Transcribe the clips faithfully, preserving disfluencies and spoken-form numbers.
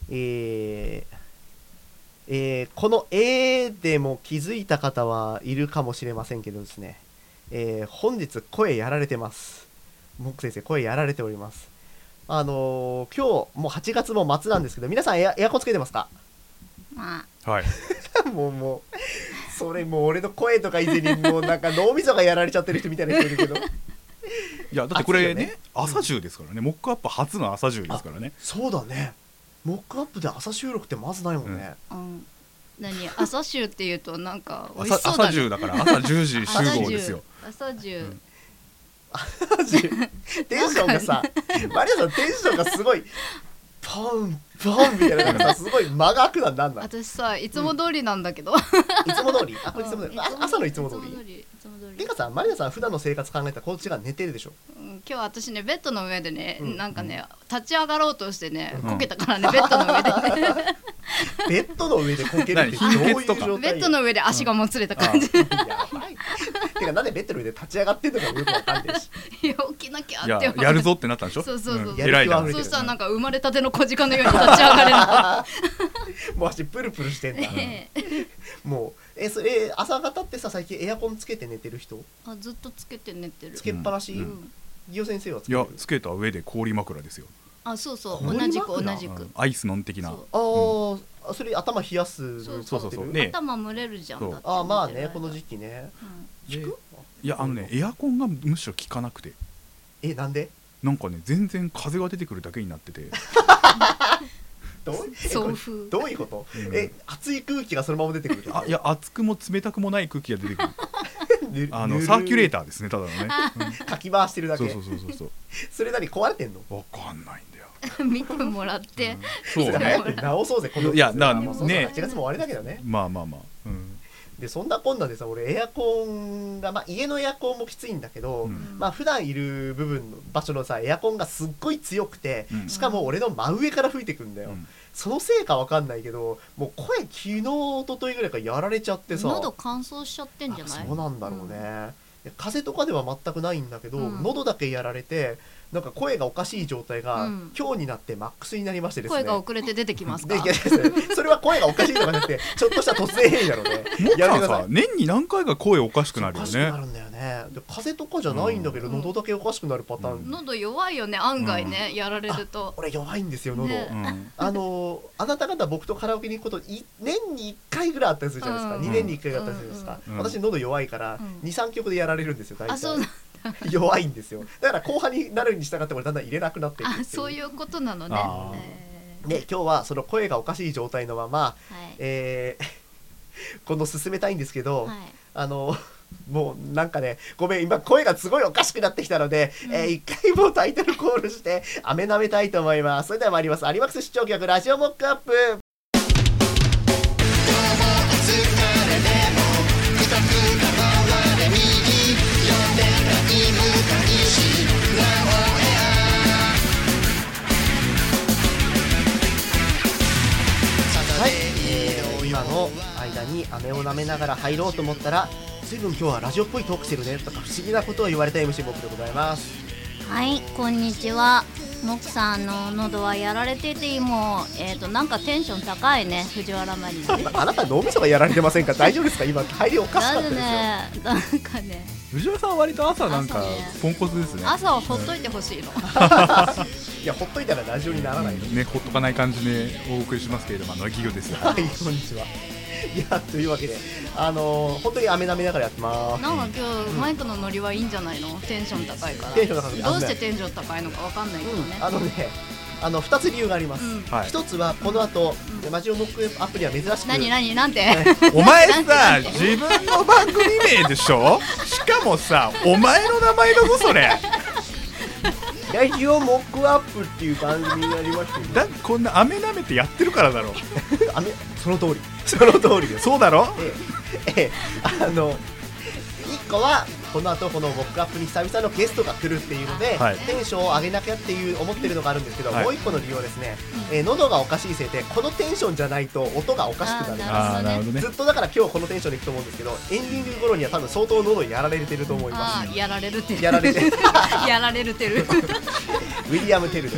えーえー、この絵でも気づいた方はいるかもしれませんけどですね、えー、本日声やられてます。モック先生声やられております。あのー、今日もうはちがつも末なんですけど、皆さんエア、エアコンつけてますか？ まあはいもうもうそれもう俺の声とか以前にもうなんか脳みそがやられちゃってる人みたいな人いるけどいやだってこれね、 ね、 朝中ですからね、モックアップ初の朝中ですからね。 そうだね、モックアップで朝収録ってまずないもんね、 うんうん、何朝収っていうとなんか美味しそうだね。 朝中だから朝じゅうじ集合ですよ。 朝中、うん、 朝中テンションがさマリアさんテンションがすごいポンポンみたいななんかさすごい間が空くな。なんだ私さいつも通りなんだけど、 うん、いつも通りあこれいつも通り、うん、朝のいつも通り。てかさマリアさん普段の生活考えたらこっちが寝てるでしょ、 うん、今日私ねベッドの上でね、うん、なんかね、うん、立ち上がろうとしてね、うん、こけたからねベッドの上でねベッドの上でこけるってどういう状態？ ベッドの上で足がもつれた感じ、 うん、やばいてかなんでベッドの上で立ち上がってんのかよくわかんないしいや起きなきゃってややるぞってなったんでしょ。 そうそうそう、うん、 偉いな。 そうしたらなんか生まれたての小鹿のように立ち上がれるもう足プルプルしてんだ、ね、もうえそれ朝方ってさ最近エアコンつけて寝てる人？ あずっとつけて寝てる。 つけっぱなし？うん、ギオ先生はつけてる？ いやつけた上で氷枕ですよ。 あそうそう同じく同じく、うん、 アイスノン的な。ああ、うん、それ頭冷やす。 そうそうそうそう、ね、 頭蒸れるじゃん。 あまあねこの時期ね、 うん、効く？いやあのねエアコンがむしろ効かなくて。 えなんで？ なんかね全然風が出てくるだけになっててどう送風どういうこと、うん、え熱い空気がそのまま出てくる？ あいや熱くも冷たくもない空気が出てくるあのサーキュレーターですねただのね、 うん、かき回してるだけ。 そうそうそうそうそれ何壊れてんの？ わかんないんだよ見てもらって、 うん、そう早く直そうぜこの。 いやだねはちがつも終わりだけどね。 まあまあまあ、うん、 でそんなこんなでさ俺エアコンが、まあ、家のエアコンもきついんだけど、うん、まあ普段いる部分の場所のさエアコンがすっごい強くて、うん、しかも俺の真上から吹いてくんだよ、うん、そのせいかわかんないけどもう声昨日一昨日ぐらいからやられちゃってさ喉乾燥しちゃってんじゃない？ そうなんだろうね、うん、風邪とかでは全くないんだけど、うん、喉だけやられてなんか声がおかしい状態が、うん、今日になってマックスになりましてですね。 声が遅れて出てきますか？ でそれは声がおかしいとかじゃなくてちょっとした突然変異なのでもっかさ年に何回か声おかしくなるよね。 おかしくなるんだよね。で風邪とかじゃないんだけど、うん、喉だけおかしくなるパターン、うん、 喉弱いよね案外ね、うん、やられると。 俺弱いんですよ喉、 ね、 あのあなた方僕とカラオケに行くことい年にいっかいぐらいあったりするじゃないですか、うん、にねんにいっかいあったりするんですか、うん、私喉弱いから、うん、にさんきょくでやられるんですよ大体。あそう弱いんですよ。だから後半になるに従って俺だんだん入れなくなっていくっていう。 あそういうことなのね。 えー、で今日はその声がおかしい状態のまま、はい、えー、この進めたいんですけど、はい、あのもうなんかねごめん今声がすごいおかしくなってきたので、うん、えー、一回もタイトルコールして飴舐めたいと思います。それでは参ります。有馬出張局ラジオモックアップ。はい、えー、今の間に飴を舐めながら入ろうと思ったら随分今日はラジオっぽいトークしてるねとか不思議なことを言われた エムシー モックでございます。 はいこんにちは。モックさんの喉はやられててもえーとなんかテンション高いね藤原マリナねあなた脳みそがやられてませんか？大丈夫ですか？今入りおかしかったですよ。 ねなんかね藤原さんは割と朝なんかポンコツですね。 朝はほっといてほしいのいやほっといたらラジオにならないの、 ね、ほっとかない感じでお送りしますけれども、あの企業ですよ。 はいこんにちは。いやというわけであのー、本当に飴舐めながらやってます。 なんか今日、うん、マイクのノリはいいんじゃないの？テンション高いから。 テンション高い。 どうしてテンション高いのかわかんないけどね、 うん、あのねあのふたつ理由があります、うん、一つはこの後、うん、ラジオモックアプリは珍しく何何なんてお前さ自分の番組名でしょしかもさお前の名前だぞそれラジオモックアップっていう番組になりましたよ。 だこんな飴舐めてやってるからだろ飴その通りその通りです。 そうだろ。 ええええあのいっこはこの後このモックアップに久々のゲストが来るっていうので、はい、テンションを上げなきゃっていう思ってるのがあるんですけど、はい、もういっこの理由はですね、えー、喉がおかしいせいでこのテンションじゃないと音がおかしくなる。 あなるほどね。 ずっとだから今日このテンションでいくと思うんですけどエンディング頃には多分相当喉やられてると思います。 あやられるてるやられてるやられるてるウィリアム・テルでございます。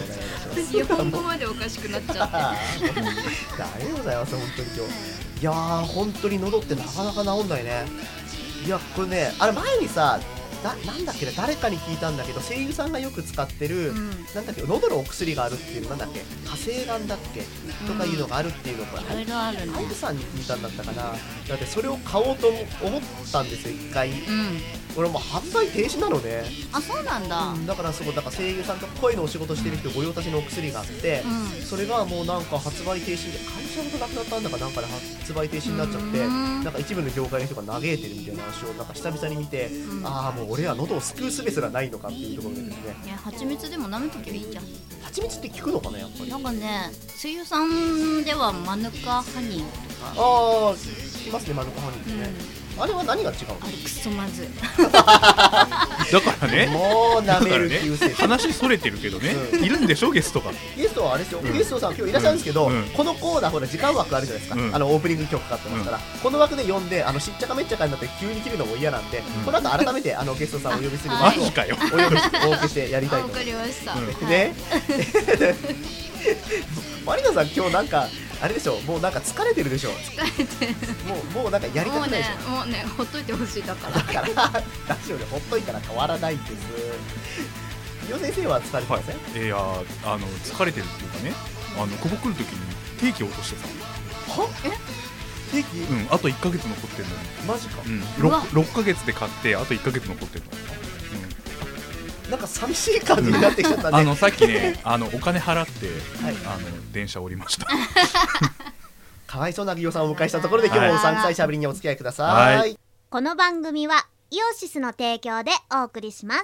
日本語までおかしくなっちゃって大丈夫だよ本当に今日。いやー本当に喉ってなかなか治んないね。いやこれねあれ前にさだなんだっけね誰かに聞いたんだけど声優さんがよく使ってる、うん、なんだっけ喉のお薬があるっていうなんだっけ火星がんだっけとかいうのがあるっていうのを、うん、 いろいろあるね。 アイブさんに聞いたんだったかな。だってそれを買おうと思ったんですよ一回、うん、俺もう発売停止なのね。 あそうなんだ、うん、 だからそこだから声優さんと声のお仕事してる人御用達のお薬があって、うん、それがもうなんか発売停止で会社ごとなくなったんだかなんかで発売停止になっちゃって、んなんか一部の業界の人が嘆いてるみたいな話をなんか久々に見て、うん、ああもう俺は喉を救うすべすらないのかっていうところでですね。 いや蜂蜜でも舐めときゃいいじゃん。 蜂蜜って効くのかなやっぱり。 なんかね声優さんではマヌカハニーとかああ聞きますねマヌカハニーってね、うん、あれは何が違うの？ あれクソまずいだからねもう舐める気うせ、 ね、話それてるけどね、うん、いるんでしょゲストが。 ゲストはあれですよ、うん、ゲストさん今日いらっしゃるんですけど、うん、このコーナーほら時間枠あるじゃないですか、うん、あのオープニング曲かかってますから、うん、この枠で読んであのしっちゃかめっちゃかになって急に切るのも嫌なんで、うん、この後改めてあのゲストさんをお呼びするマジかよお呼びお受けしてやりたいと思います。 わかりました、うん、 ね、はい、マリナさん今日なんかあれでしょもうなんか疲れてるでしょ。 疲れてるもうもうなんかやりたくないでしょ。 もうねもうねほっといてほしいだからだからラジオでほっといたら変わらないんです。伊予先生は疲れてません？ はい、いやあの疲れてるっていうかね、あのここ来るときに定期落としてさ。 は？え？定期？ うん、あといっかげつ残ってるのに。 マジか。 うん、ろっかげつで買ってあといっかげつ残ってるの。 なんか寂しい感じになってきちゃったね。 あのさっきねあのお金払って、はい、あの電車降りましたかわいそうなギオさんをお迎えしたところで、今日もうさんくさいしゃべりにお付き合いください、はい、 この番組はイオシスの提供でお送りします。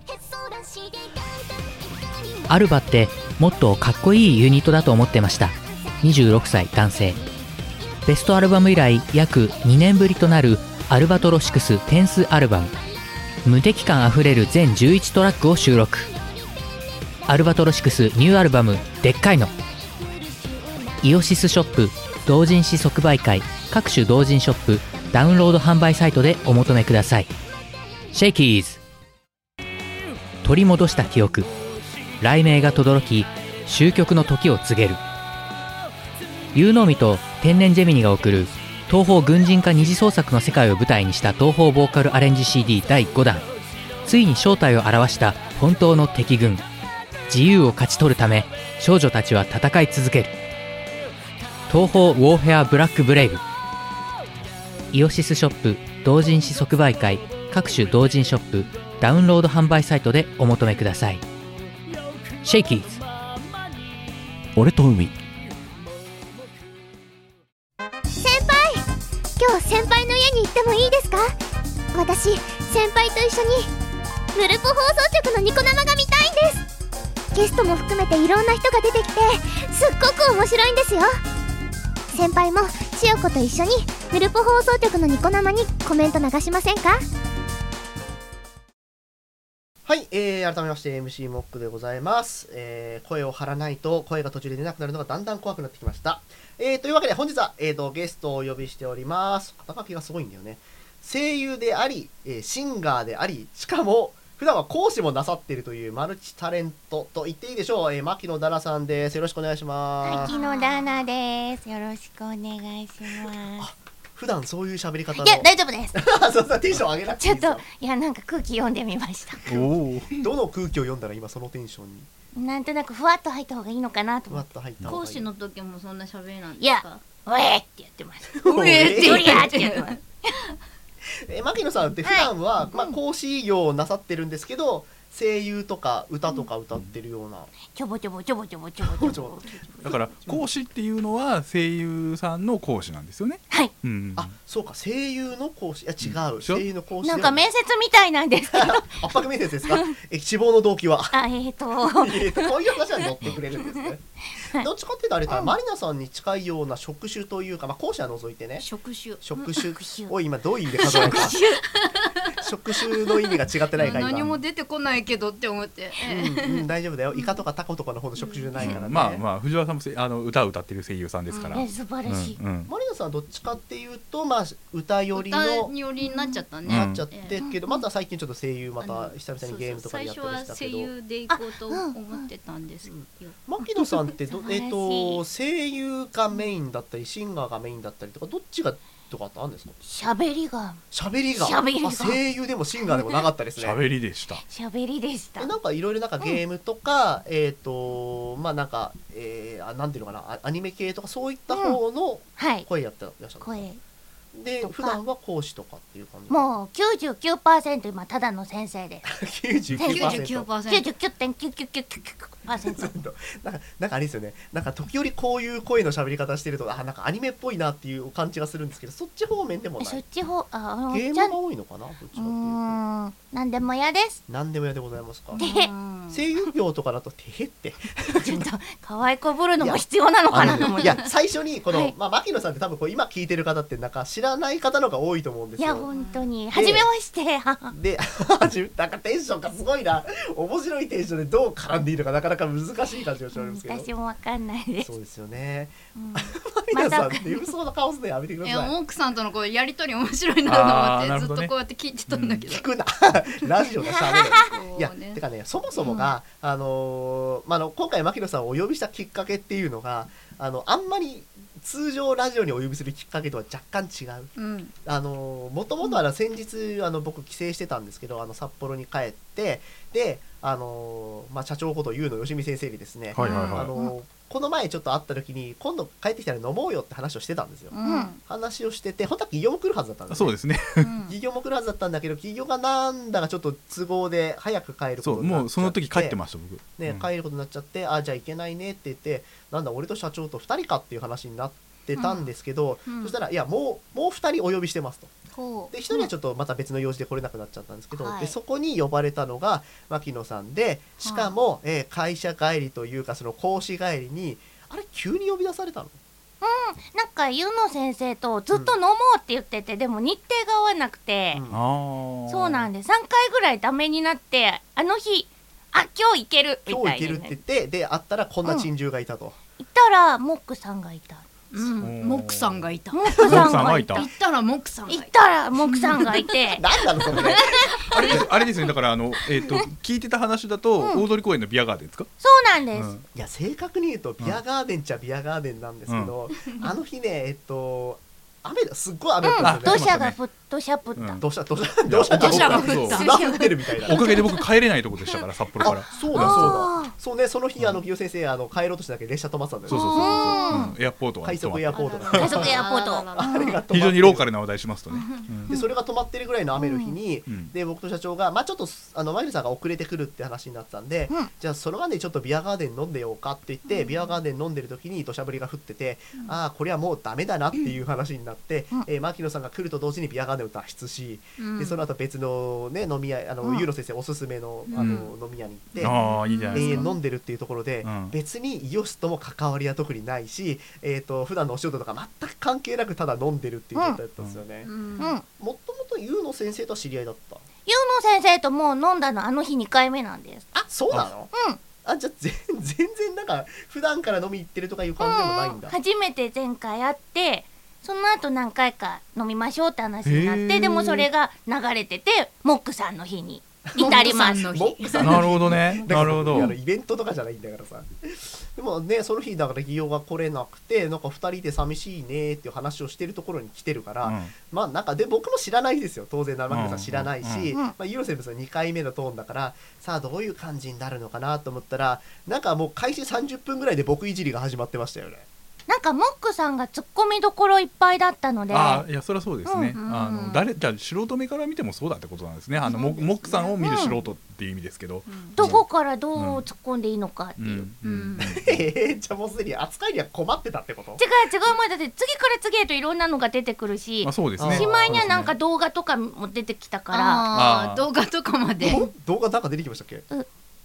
アルバってもっとかっこいいユニットだと思ってました。にじゅうろくさい男性。ベストアルバム以来約にねんぶりとなるアルバトロシクステンスアルバム。無敵感あふれる全じゅういちトラックを収録。アルバトロシクスニューアルバムでっかいの。イオシスショップ同人誌即売会各種同人ショップダウンロード販売サイトでお求めください。シェイキーズ。取り戻した記憶、雷鳴が轟き終局の時を告げる。有能美と天然ジェミニが送る東方軍人化二次創作の世界を舞台にした東方ボーカルアレンジ シーディー だいごだん。ついに正体を表した本当の敵軍。自由を勝ち取るため少女たちは戦い続ける。東方ウォーフェアブラックブレイブ。イオシスショップ同人誌即売会各種同人ショップダウンロード販売サイトでお求めください。シェイキーズ。俺と海。 今日先輩の家に行ってもいいですか？私先輩と一緒にヌルポ放送局のニコ生が見たいんです。ゲストも含めていろんな人が出てきてすっごく面白いんですよ。先輩も千代子と一緒にヌルポ放送局のニコ生にコメント流しませんか？ はい、えー、改めまして エムシー モックでございます、えー、声を張らないと声が途中で出なくなるのがだんだん怖くなってきました。えー、というわけで本日は、えー、とゲストをお呼びしております。肩書きがすごいんだよね。声優であり、えー、シンガーであり、しかも普段は講師もなさっているというマルチタレントと言っていいでしょう、えー、牧野ダナさんです。よろしくお願いします。 牧野ダナです。よろしくお願いします。 普段そういう喋り方の。 いや大丈夫です。 そんなテンション上げなくていいですよ。 ちょっといやなんか空気読んでみました。 おどの空気を読んだら今そのテンションになんとなくふわっと入った方がいいのかなと思って。 ふわっと入った方がいい。 講師の時もそんな喋りなんですか？ いやウェーってやってます。ウェーってやってやってます。 え牧野さんって普段は、はい、まあ、講師業をなさってるんですけど、声優とか歌とか歌ってるような、うん、 ちょぼちょぼちょぼちょぼちょぼちょぼだから講師っていうのは声優さんの講師なんですよね。 はい、 うん、 あそうか声優の講師。いや違う、うん、声優の講師なんか面接みたいなんですけど圧迫面接ですか？え志望の動機はあえーとえーとこういう話は乗ってくれるんですねどっちかっていうとあれか、うん、マリナさんに近いような職種というか、まあ、講師は除いてね職種職種を今どういう意味で数えた触手の意味が違ってないか今何も出てこないけどって思って、 うんうん、大丈夫だよ。イカとかタコとかの方の触手じゃないからね、 うん、まあまあ藤原さんもあの歌を歌ってる声優さんですから、 うん、素晴らしい、 うんうん、 マリナさんはどっちかっていうと、まあ、歌寄りの歌寄りになっちゃったね、 なっちゃってけど、また最近ちょっと声優また久々にゲームとかでやってましたけど、 最初は声優で行こうと思ってたんですよ。 牧野さんってど、えー、と声優がメインだったりシンガーがメインだったりとかどっちがとかってあるんですか？ 喋りが喋りが喋りがあ声優でもシンガーでもなかったですね。 喋りでした。 喋りでした。 えなんかいろいろなんかゲームとか、うん、えっ、ー、とまあなんか、えー、あなんていうのかなアニメ系とかそういった方の声やってらっしゃるんですか？ 声で普段は講師とかっていう感じ。 もう きゅうじゅうきゅうパーセント 今ただの先生できゅうじゅうきゅうパーセントきゅうじゅうきゅうてんきゅうきゅうきゅうきゅうパーセントなんかなんかあれですよね。なんか時折こういう声の喋り方してるとあなんかアニメっぽいなっていう感じがするんですけど、そっち方面でもない。 そっち方あのゲームが多いのかな。どっちかっていうと。うーんなんでも嫌です。 なんでも嫌でございますか。 てへ声優業とかだとてへってちょっと可愛いこぶるのも必要なのかなと思って。 いや最初にこの、はい、まあ牧野さんって多分こう今聞いてる方ってなんか知らない方の方が多いと思うんですよ。 いや本当に初めましてでなんかテンションがすごいな面白いテンションでどう絡んでいいのかなかなか難しい感じがしますけど、 私もわかんないです。 そうですよね、うん、マリナさんっていうそうな顔するのやめてください。 いやモークさんとのこうやりとり面白いなと思ってずっとこうやって聞いてたんだけど、 うん、聞くなラジオでしゃべるいやてかねそもそもが、うん、あのーまあ、の今回牧野さんをお呼びしたきっかけっていうのがあのあんまり通常ラジオにお呼びするきっかけとは若干違う、うん、あのもともとは先日あの僕帰省してたんですけどあの札幌に帰ってであの、まあ、社長こと優のよしみ先生にですね、はいはいはい、あのこの前ちょっと会った時に今度帰ってきたら飲もうよって話をしてたんですよ、うん、話をしてて本当は企業も来るはずだったんです、ね、 そうですね企業も来るはずだったんだけど企業がなんだかちょっと都合で早く帰ることになっちゃって、そうもうその時帰ってました僕、ねうん、帰ることになっちゃってあじゃあ行けないねって言ってなんだ俺と社長とふたりかっていう話になってたんですけど、うん、そしたらいやもうもうふたりお呼びしてますと、うん、でひとりはちょっとまた別の用事で来れなくなっちゃったんですけど、うん、でそこに呼ばれたのが牧野さんでしかも、はいえー、会社帰りというかその講師帰りにあれ急に呼び出されたの？ うん、なんかゆの先生とずっと飲もうって言ってて、うん、でも日程が合わなくて、うん、そうなんでさんかいぐらいダメになってあの日あ今日行けるみたいな、ね、 今日行けるって言ってで会ったらこんな珍獣がいたと、 うん、行ったらモックさんがいた。 うん、モックさんがいた。 モックさんがいた。 行ったらモックさんがいた。 行ったらモックさんがいて。 なんなのそれ。 あれあれですねだからあのえっ、ー、と聞いてた話だと、うん、大通公園のビアガーデンですか？ そうなんです。うん、 いや正確に言うとビアガーデンっちゃビアガーデンなんですけど、うん、あの日ねえっと雨だすっごい雨だったんですよね。 土砂がふ土砂降った。 土砂土砂土砂土砂が降った。 砂降ってるみたいな。 おかげで僕帰れないとこでしたから札幌から。 そうだそうだ。そうねその日あの清先生あの帰ろうとしただけ列車止まってたんだよ。 そうそうそうそう。エアポートは快速エアポート。 快速エアポート。 あれが非常にローカルな話題しますとね。 でそれが止まってるぐらいの雨の日にで僕と社長がまあちょっとあのマリルさんが遅れてくるって話になったんでじゃあそのまでちょっとビアガーデン飲んでようかって言ってビアガーデン飲んでる時に土砂降りが降っててああこれはもうダメだなっていう話になって牧野さんが来ると同時にビアガーデンを脱出し、うん、でその後別の、ね、飲み屋あの、うん、ユーロ先生おすすめの、あの、うん、飲み屋に行って延々飲んでるっていうところで、うん、別にイオシスとも関わりは特にないし、えー、と普段のお仕事とか全く関係なくただ飲んでるっていう状態だったんですよね、うんうん、もともとユーノ先生とは知り合いだった？ ユーノ先生ともう飲んだのあの日にかいめなんです。 あそうなの？うんあじゃあ全然なんか普段から飲み行ってるとかいう感じでもないんだ、 うん、初めて前回会ってその後何回か飲みましょうって話になってでもそれが流れててモックさんの日に至りますなるほどねなるほどイベントとかじゃないんだからさでもねその日だから企業が来れなくてなんかふたりで寂しいねっていう話をしてるところに来てるから、うん、まあなんかで僕も知らないですよ当然生木さん知らないし、うんうんまあ、ユーロセブンさんにかいめのトーンだからさあどういう感じになるのかなと思ったらなんかもう開始さんじゅっぷんぐらいで僕いじりが始まってましたよね。 なんかモックさんがツッコミどころいっぱいだったのであいやそりゃそうですね、うんうん、あの誰じゃあ素人目から見てもそうだってことなんですねあのモックさんを見る素人っていう意味ですけど、 うん、どこからどう突っ込んでいいのかっていう、うんうん、 えー、じゃあもうすでに扱いには困ってたってこと？ 違う違うもうだって次から次へといろんなのが出てくるし、 あそうですね、 しまいにはなんか動画とかも出てきたからああ動画とかまで動画なんか出てきましたっけ？ う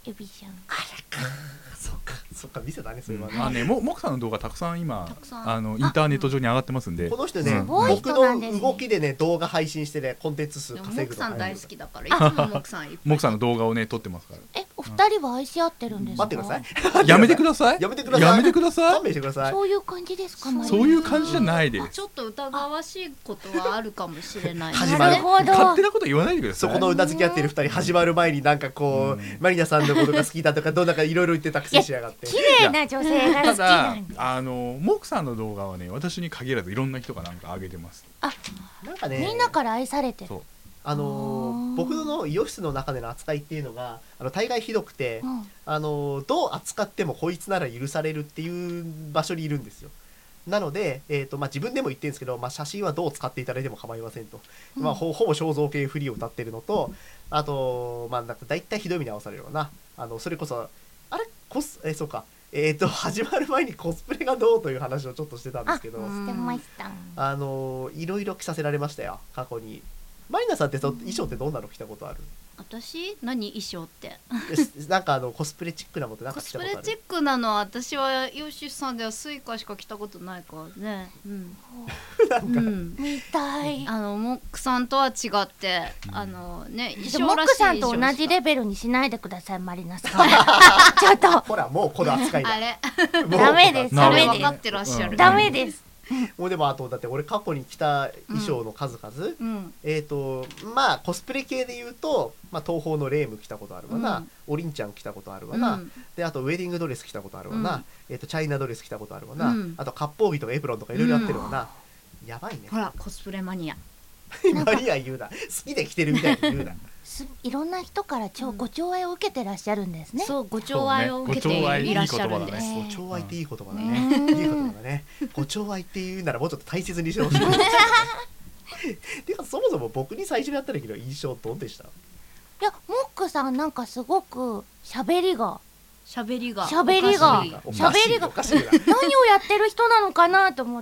エビちゃん。 あれか、そっかそっか見せたね、そういうのね。 あね、ももくさんの動画たくさん今あのインターネット上に上がってますんで、 この人ね、 うん、 僕の動きでね動画配信してねコンテンツ数稼ぐモクさん大好きだからいつもモクさんいっぱいモクさんの動画をね撮ってますから。 え、お二人は愛し合ってるんですか？ 待ってください。 やめてください。 やめてください。 やめてください。 勘弁してください。 そういう感じですか？ そういう感じじゃないです。 ちょっと疑わしいことはあるかもしれない。 なるほど。 勝手なこと言わないでください。 そこのうなずき合ってる二人始まる前になんかこう、うん、マリナさんのことが好きだとかどうなんかいろいろ言ってたくせしやがって。 綺麗な女性が好きなんで。 あのモクさんの動画はね、私に限らずいろんな人がなんか上げてます。 あ、なんかね、みんなから愛されてる。 あのー、僕の医療室の中での扱いっていうのがあの大概ひどくて、うん、あのー、どう扱ってもこいつなら許されるっていう場所にいるんですよ。なので、えーとまあ、自分でも言ってるんですけど、まあ、写真はどう使っていただいても構いませんと、うん、まあ、ほ, ほぼ肖像系フリーを歌ってるのと、あと、まあ、なんか大体ひどい目に遭わされるわな。あのそれこそあれコスえー、そうかえーと始まる前にコスプレがどうという話をちょっとしてたんですけど、 してました。 あのいろいろ着させられましたよ過去に。マリナさんってそ衣装ってどんなの着たことある？ 私何衣装ってなんかあのコスプレチックなものなんか着たことある？ コスプレチックなのは私はヨシさんではスイカしか着たことないからね。うん。 なんか、うん、 見たい。 あのモックさんとは違って、うん、あのね衣装らしい衣装。モックさんと同じレベルにしないでくださいマリナさん。ちょっと。 ほらもうこの扱いだ。 あれ。 ダメです。ダメです。 分かってらっしゃる。 ダメです。 もうでもあとだって俺過去に着た衣装の数々、うん、えっ、ー、とまあコスプレ系で言うと、まあ、東宝のレイム着たことあるわな、うん、おりんちゃん着たことあるわな、うん、であとウェディングドレス着たことあるわな、うん、えー、とチャイナドレス着たことあるわな、うん、あと割烹着とかエプロンとかいろいろやってるわな、うん、やばいね。 ほらコスプレマニアマニア言うな、好きで着てるみたいに言うな。 いろんな人からちょ、うん、ご寵愛を受けてらっしゃるんですね。 そう、ご寵愛を受けていらっしゃるんです。 ご寵愛っていい言葉だね。いい言葉だね。ご寵愛っていうならもうちょっと大切にしてほしい。てかそもそも僕に最初にやった時の印象どうでした？いや、モックさんなんかすごく喋りが喋りが喋りが喋りが何をやってる人なのかなと思って。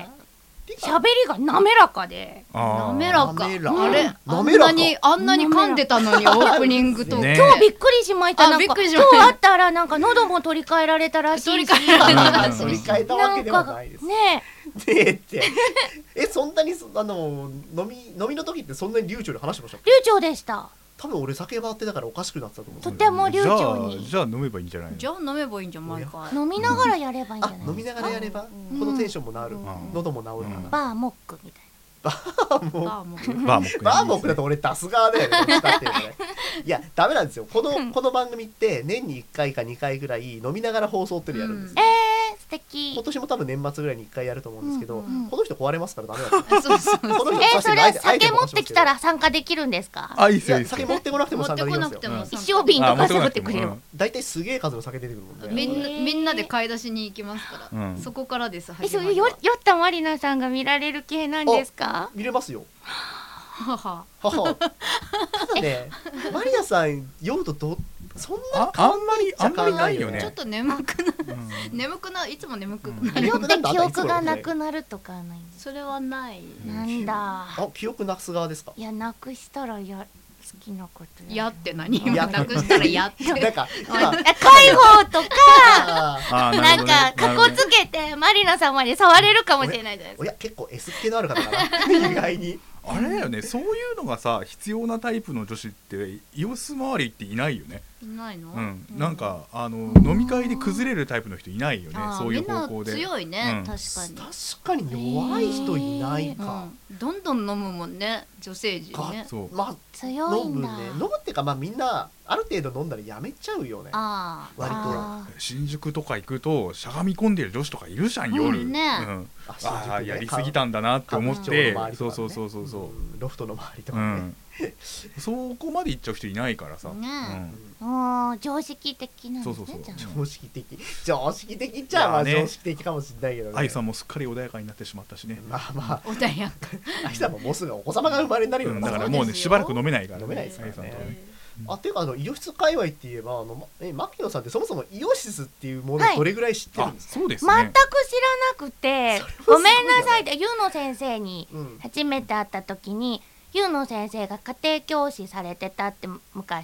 喋りが滑らかで滑らか、あれあんなにあんなに噛んでたのにオープニングと今日びっくりしました。なんか今日あったらなんか喉も取り替えられたらしいし、 取り替えたわけではないですねえってえそんなにあの飲み飲みの時ってそんなに流暢に話してました？ 流暢でした。多分俺酒回ってだからおかしくなってたと思う。 とても流暢に。 じゃあ飲めばいいんじゃないの？ じゃあ飲めばいいんじゃん毎回。 飲みながらやればいいんじゃないですか？ 飲みながらやればこのテンションも治る、喉も治るかな。 バーモックみたいな。 バーモックバーモックバーモックだと俺出す側だよね。いやダメなんですよ。このこの番組って年にいっかいかにかいぐらい飲みながら放送ってやるんです。 えー素敵。 今年も多分年末ぐらいにいっかいやると思うんですけど、この人壊れますからダメなんですよ。そうそう。 えそれ酒持ってきたら参加できるんですか？ あいいですよ。 酒持ってこなくても参加できますよ。 一升瓶とか持ってくれる。 だいたいすげえ数の酒出てくるもんね。 みんなみんなで買い出しに行きますから。そこからです。 えそう酔ったマリナさんが見られる系なんですか？ 見れますよ。 はははただねマリナさん酔うとどそんなあんまりあんまりないよね。 ちょっと眠くな眠くないつも眠くな酔って記憶がなくなるとかないんです。 それはない。 なんだ。 あ記憶なくす側ですか？ いやなくしたらや好きなことやって何なくしたらやってなんか介護とかなんかかこつけてマリナさんまで触れるかもしれないじゃないですか。 いや結構 S 系のある方かな意外に。 あれだよね、そういうのがさ必要なタイプの女子ってイオス周りっていないよね。 いないの？ うん、なんかあの飲み会で崩れるタイプの人いないよね。そういう方向で。 みんな強いね、 うん、 確かに。 確かに弱い人いないか。 うん、どんどん飲むもんね、女性陣ね。 そう。 まあ強いんだ。 飲むね、飲むっていうかまあみんなある程度飲んだらやめちゃうよね。 ああ。割と。 新宿とか行くとしゃがみ込んでる女子とかいるじゃん夜。 ね。 うん。ああやりすぎたんだなって思って。そうそうそうそうそう。 ロフトの周りとかね。 そこまで行っちゃう人いないからさ。 ああ常識的なんですね。 そうそうそう。 常識的常識的っちゃまあ常識的かもしれないけどね。 愛さんもすっかり穏やかになってしまったしね。 まあまあ穏やか。 愛さんももうすぐお子様が生まれになるよ。 だからもうねしばらく飲めないから飲めないですからね。あっていうかあの医療室界隈って言えばあのえ牧野さんってそもそも医療室っていうものをどれぐらい知ってるんですか？ そうですね。 全く知らなくてごめんなさいってゆうの先生に初めて会った時にゆうの先生が家庭教師されてたって昔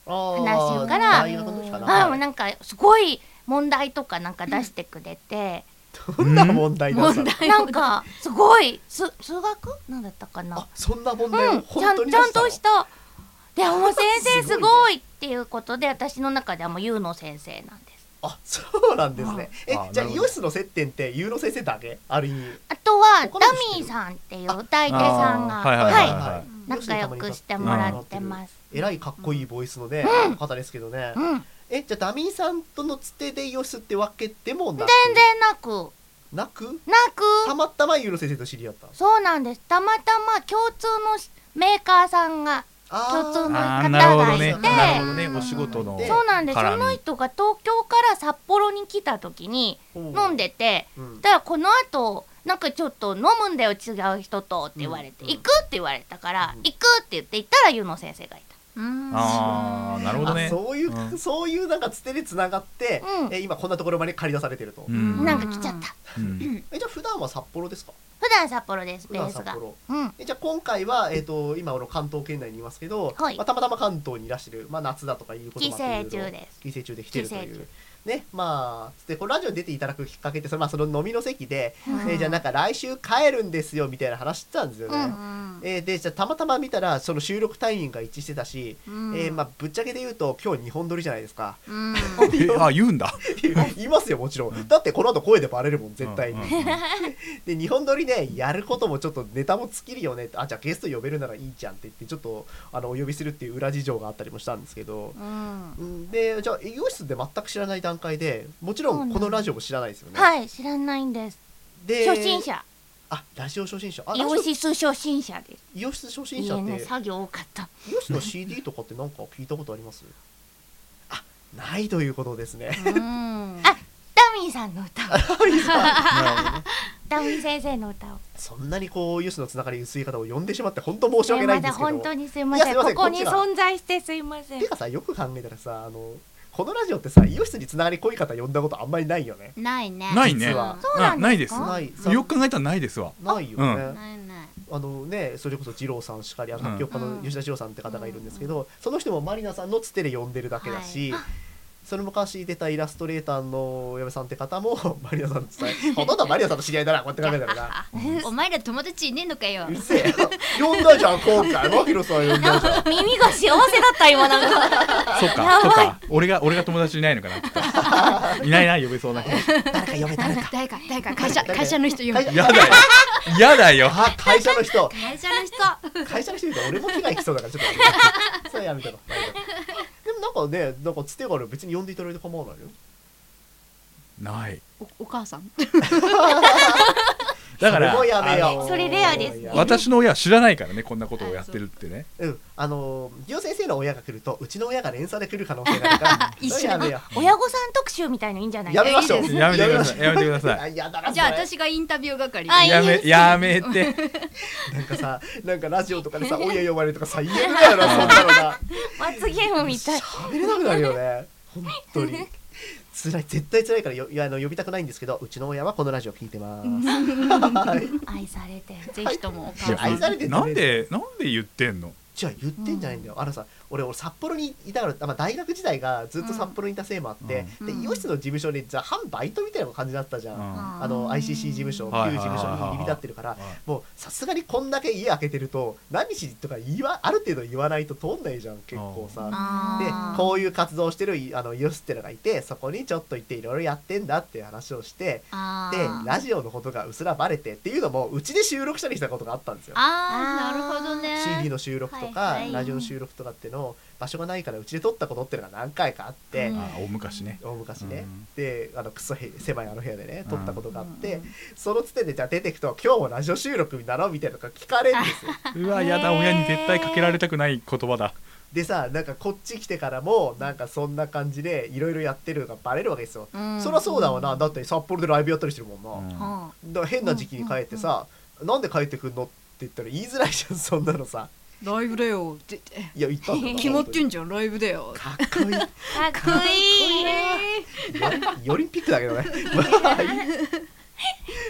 話から、ああなんかすごい問題とかなんか出してくれて、 どんな問題だったの？ なんかすごいす数学なんだったかな。 あ、そんな問題を本当に出したの？ちゃん、ちゃんとした。でもう先生すごいっていうことで、私の中ではもう優の先生なんです。 あ、そうなんですね。え、じゃあイオシスの接点って優の先生だけ？ある意味。 あとはダミーさんっていう歌い手さんが、はい、仲良くしてもらってます。 えらいかっこいいボイスのね方ですけどね。え、じゃあダミーさんとのつてでイオシスってわけでもなく？ 全然なく。 なく？ なく。 たまたま優の先生と知り合った。 そうなんです。たまたま共通のメーカーさんが。共通の方がいて、 なるほどね、なるほどね、お仕事の。 そうなんです。その人が東京から札幌に来た時に飲んでて、だからこの後なんかちょっと飲むんだよ違う人とって言われて、行くって言われたから行くって言って行ったら優の先生がいた。 ああ、なるほどね。 そういうそういうなんかつてでつながって、え今こんなところまで借り出されてると。 なんか来ちゃった。 え、じゃあ普段は札幌ですか？ 普段札幌です。ベースが。 え、じゃあ今回はえっと今の関東圏内にいますけど、まあたまたま関東にいらしてる、まあ夏だとかいうこともあって、 帰省中です。 帰省中で来てるというね、まあでこのラジオに出ていただくきっかけって、そのまあその飲みの席で、えじゃあなんか来週帰るんですよみたいな話してたんですよね。えでじゃあたまたま見たらその収録タイミングが一致してたし、えまあぶっちゃけで言うと今日にほん撮りじゃないですか。 あ、言うんだ。 言いますよもちろん。だってこの後声でバレるもん絶対に。でにほん撮りでやることもちょっとネタも尽きるよねって、あじゃあゲスト呼べるならいいじゃんって言ってちょっとあのお呼びするっていう裏事情があったりもしたんですけど、でじゃあイオシスで全く知らない段階で、もちろんこのラジオも知らないですよね。 はい、知らないんです。で初心者。 あ、ラジオ初心者。 イオシス初心者です。 イオシス初心者って、 作業多かった。 イオシスの シーディー とかってなんか聞いたことあります？あ、ないということですね。 あ、ダミーさんの歌を。ダミー先生の歌を。 そんなにこうイオシスのつながり薄い方を呼んでしまって本当申し訳ないんですけど。 本当にすいません。ここに存在してすいません。 てかさ、よく考えたらさ、あのこのラジオってさ、イオシスにつながり濃い方呼んだことあんまりないよね。 ないね。 ないね。 そうなんないです。 ない。 よく考えたらないですわ。 ないよね。 ないない。 あのね、それこそ二郎さんしかり、あの作曲家の吉田二郎さんって方がいるんですけど、その人もマリナさんのつてで呼んでるだけだし、その昔出たイラストレーターの矢部さんって方もマリナさんの伝え、ほとんどマリナさんの知り合いだな、こうやって考えたらな。 お前ら友達いねえのかよ。 うるせえ。呼んだじゃん今回。マヒロさん呼んだじゃん。 耳が幸せだった今なんか。 そうか、そうか。俺が俺が友達いないのかな。いないな、呼べそうな。 誰か呼べ誰か。 誰か誰か会社会社の人呼べ。 やだよ。やだよ。 あ、会社の人。 会社の人。 会社の人言うと俺も被害来そうだからちょっと。それやめたの。でもなんかね、なんかつてがある、別に呼んでいただいて構わないよ。 ない。 お, お母さん。 だからそれもやめよう、 あのー、それレアですね。 私の親は知らないからね、こんなことをやってるってね。 うん、あのー、ギオ先生の親が来るとうちの親が連鎖で来る可能性があるから一緒やめよう。親御さん特集みたいのいいんじゃない？ やめましょう。 やめてください。やめてください。 いやだな。 じゃあ私がインタビュー係。 やめやめて。 なんかさ、なんかラジオとかでさ親呼ばれるとか最悪だよな、そんなのな。 罰ゲームみたい。 喋れなくなるよね。本当に。辛い、絶対辛いからよ、いやあの呼びたくないんですけど、うちの親はこのラジオ聞いてます。 愛されて、 ぜひともお母さん。 愛されてて、ね、 なんでなんで言ってんの？ じゃあ言ってんじゃないんだよ。あのさ、俺俺札幌にいたから、まあ、大学時代がずっと札幌にいたせいもあって、うん、でイオシスの事務所にじゃあ半バイトみたいな感じだったじゃん、うん、あの アイシーシー 事務所、旧事務所に入り浸ってるから、もうさすがにこんだけ家開けてると何日とか言わある程度言わないと通んないじゃん結構さ。でこういう活動してるあのイオシスってのがいて、そこにちょっと行っていろいろやってんだっていう話をして、でラジオのことがうすらバレてっていうのもうちで収録したりしたことがあったんですよ。 あーなるほどね。 シーディー の収録とか、はいはい、ラジオの収録とかっての場所がないからうちで撮ったことっていうのが何回かあって、うん、 あ大昔ね大昔ね、うん、であのクソへ狭いあの部屋でね撮ったことがあって、うん、そのつてでじゃあ出てくと今日もラジオ収録だろみたいなのが聞かれるんですよ。 うわやだ、親に絶対かけられたくない言葉だ。 でさ、なんかこっち来てからもなんかそんな感じでいろいろやってるのがバレるわけですよ、うん、そりゃそうだわな。だって札幌でライブやったりしてるもんな、うん、だから変な時期に帰ってさ、うん、なんで帰ってくんのって言ったら言いづらいじゃんそんなのさ。 ライブだよっていや言ったんだ決まってんじゃんライブだよ。 かっこいいかっこいいオリンピックだけどね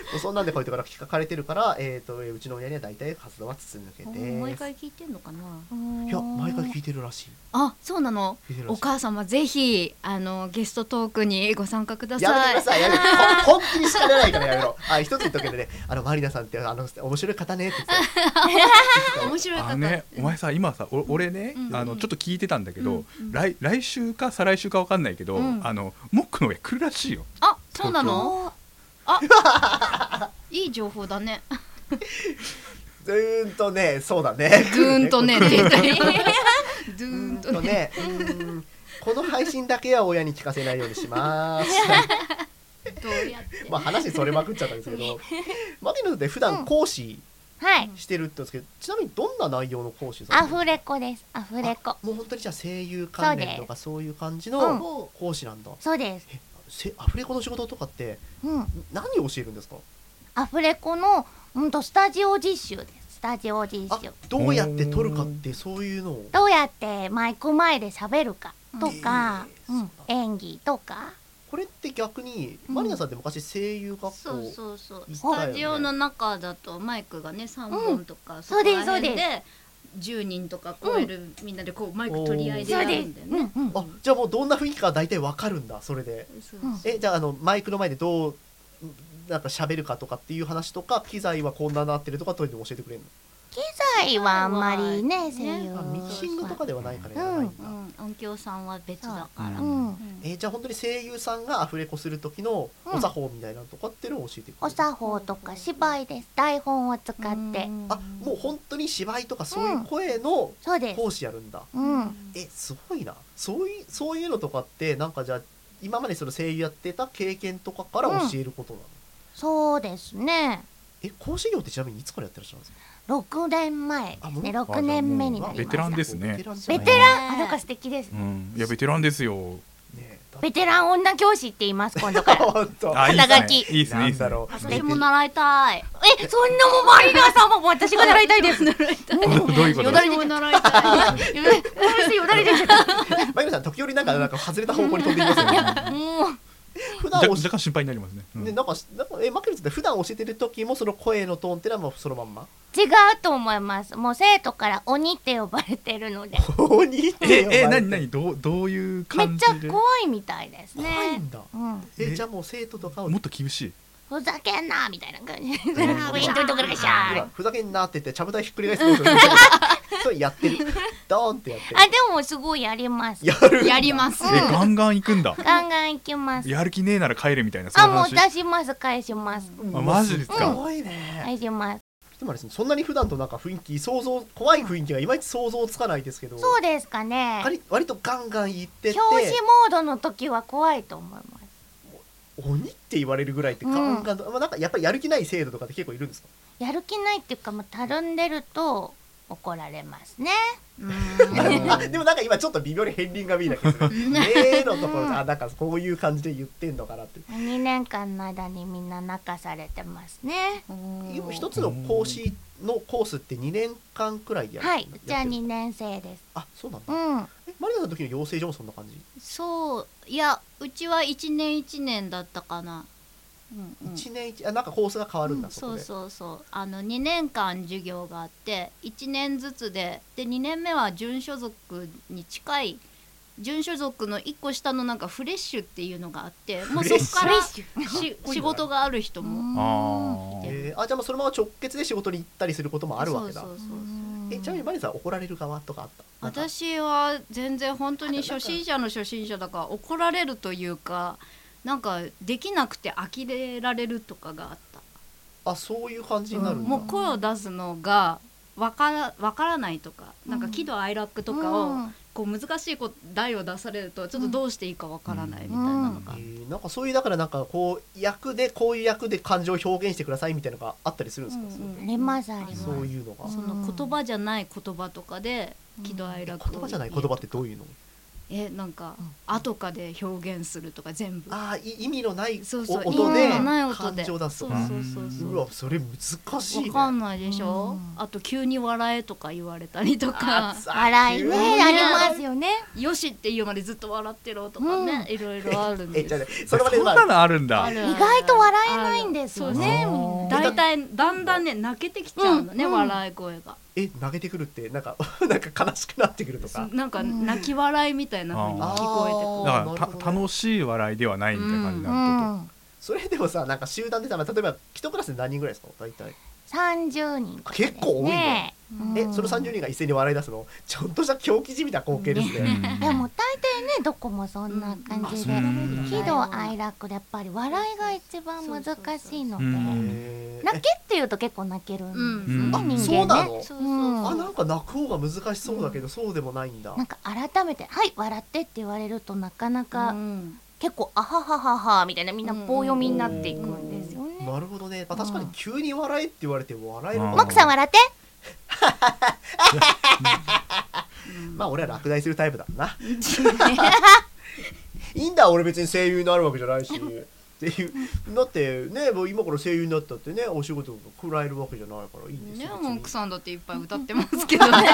そんなんでこういうところ聞かれてるから、えー、とうちの親には大体活動は筒抜けで毎回聞いてんのかな。 いや毎回聞いてるらしい。 あ、そうなの。お母様ぜひあのゲストトークにご参加ください。 やめてください。やめて本当に叱れないからやめろ。あ、一つ言っとくけどね、あのマリナさんってあの面白い方ねって言って面白い方。 あ、ね、お前さ今さお俺ね、うん、あのちょっと聞いてたんだけど、うんうん、来, 来週か再来週かわかんないけど、うん、あのモックの上来るらしいよ。 あ、そうなの。あいい情報だね。 ずーんとね、そうだね。 ずーんとねって言ったり。ずーんとね、うんこの配信だけは親に聞かせないようにします。 どうやって。 まあ話それまくっちゃったんですけど、マリナって普段講師してるって言うんですけど、ちなみにどんな内容の講師さん？ アフレコです。アフレコ。 もう本当にじゃあ声優関連とかそういう感じの講師なんだ。 そうです。 え、アフレコの仕事とかって、うん、何を教えるんですか？ アフレコのうんとスタジオ実習です。スタジオ実習。 どうやって撮るかってそういうのを。 どうやってマイク前で喋るかとか、えーうん、演技とか。 これって逆に、うん、マリナさんって昔声優学校、 そうそうそう、スタジオの中だとマイクがねさんぼんとか、 うん、そこら辺でじゅうにんとか超える、うん、みんなでこうマイク取り合いでやるんだよね、 うんうん、あ、じゃあもうどんな雰囲気か大体わかるんだそれで、うん、えじゃあ、あのマイクの前でどうなんか喋るかとかっていう話とか、機材はこんななってるとかというのを教えてくれるの？ 機材はあんまりね、声優ミキシングとかではないからやらないんだ、 うん、音響さんは別だから、 うんうん、えー、じゃあ本当に声優さんがアフレコする時のお作法みたいなのとかっていうのを教えてくれる、 お作法とか芝居です。台本を使って、 あ、もう本当に芝居とかそういう声の講師やるんだ、 うん、 え、すごいな。そういう、そういうのとかってなんかじゃあ今までその声優やってた経験とかから教えることなの？うん、 そうですね。 え、講師業ってちなみにいつからやってらっしゃるんですか？ ろくねんまえですね。ろくねんめになりました。 ベテランですね。 ベテラン、あ、なんか素敵です、 うん、いやベテランですよ、 ね、ベテラン女教師って言います今度から肩書き。いいですね、いいですね。 私も習いたい。 え、そんなもマリナさんも私が習いたいです。習いたい。 どういうこと？ よだれも習いたい。 よだれ出ちゃった。 マリナさん時折なんかなんか外れた方向に飛んでいますよね。もう普段若干心配になりますね。 うん、ね、なんかなんかえマキルさんって普段教えてる時もその声のトーンってのはもうそのまんま？ 違うと思います。もう生徒から鬼って呼ばれてるので。 鬼って呼ばれてる。 ええ、何何どうどういう感じで？ めっちゃ怖いみたいですね。 怖いんだ。 うん、 えじゃあもう生徒とかをもっと厳しい。 ふざけんなみたいな感じ。 ふざけんなって言ってちゃぶ台ひっくり返すそうやってる。ドーンってやってる。 あ、でもすごいやります。 やる。 やります。 え、ガンガン行くんだ。 ガンガン行きます。 やる気ねえなら帰れみたいな。 あ、もう出します返します。 あ、マジですか。 すごいね。 返します。 でもですね、そんなに普段となんか雰囲気想像怖い雰囲気がいまいち想像つかないですけど。 そうですかね。 割割とガンガン言ってて。 表紙モードの時は怖いと思います。 鬼って言われるぐらいってガンガン、うん、まあなんかやっぱりやる気ない生徒とかって結構いるんですか？ やる気ないっていうか、もうたるんでると怒られますね。 うんでもなんか今ちょっと微妙に片鱗が見えなきゃする。えーのところで、あ、なんかこういう感じで言ってんのかなって。 にねんかんの間にみんな泣かされてますね。 今一つの講師のコースってにねんかんくらいやる？ はい、じゃあにねん生です。 あ、そうなんだ。 うん、 え、マリナさんの時の養成所もそんな感じ？ そう、いや、うちはいちねんいちねんだったかな。 うんうん、いちねんいち、あ、なんかコースが変わるんだ、うん、 そこで。そうそうそう、あのにねんかん授業があっていちねんずつで、でにねんめは準所属に近い準所属のいっこ下のなんかフレッシュっていうのがあって、もうそこからし仕事がある人もいて、えー、あ、じゃあもうそのまま直結で仕事に行ったりすることもあるわけだ。 そうそうそうそう。 え、ちなみにマリさん怒られる側とかあった？ 私は全然本当に初心者の初心者だから怒られるというか、なんかできなくて呆れられるとかがあった。 あ、そういう感じになるんだ。 うん、もう声を出すのがわからわからないとか、なんか喜怒哀楽とかを、うん、こう難しい題を出されるとちょっとどうしていいかわからないみたいなのが、 うんうん、えー、なんかそういうだからなんかこう役でこういう役で感情を表現してくださいみたいなのがあったりするんですか？ うんうん、ありますあります。 そういうのが、 その言葉じゃない言葉とかで喜怒哀楽を、 言葉じゃない言葉ってどういうの？ えなんか後かで表現するとか全部あー意味のないそうそう音で意味のない音で感情出すとかそうそうそうそううわそれ難しいねわかんないでしょ、うん、あと急に笑えとか言われたりとか笑いねありますよねよしって言うまでずっと笑ってろとかね、うん、いろいろあるんですえじゃあねそれまでそんなのあるんだ意外と笑えないんですよねだいたいだんだんね泣けてきちゃうのね、うん、笑い声がえ投げてくるってなんかなんか悲しくなってくるとかなんか泣き笑いみたいな風に聞こえてくるだから楽しい笑いではないみたいな感じになると、うんうん、 それでもさなんか集団でさ例えば一クラスで何人ぐらいですか大体さんじゅうにん、ね、 結構多いね、うん、えそのさんじゅうにんが一斉に笑い出すのちょっとした狂気じみた光景ですね、 でも大抵ねどこもそんな感じで、うん、喜怒哀楽でやっぱり笑いが一番難しいので泣けっていうと結構泣けるんですよね、うん、人間ねそうなの、 そうそう、 あなんか泣く方が難しそうだけど、うん、そうでもないんだなんか改めてはい笑ってって言われるとなかなか、うん、結構あははははみたいなみんな棒読みになっていくんですよね、 うん、なるほどね、まあ、確かに急に笑えって言われても笑えるかな、 モックさん笑ってまあ俺は落第するタイプだないいんだ俺別に声優になるわけじゃないしっていうだってねもう今から声優になったってねお仕事が食らえるわけじゃないからいいんですよね。モンクさんだっていっぱい歌ってますけどね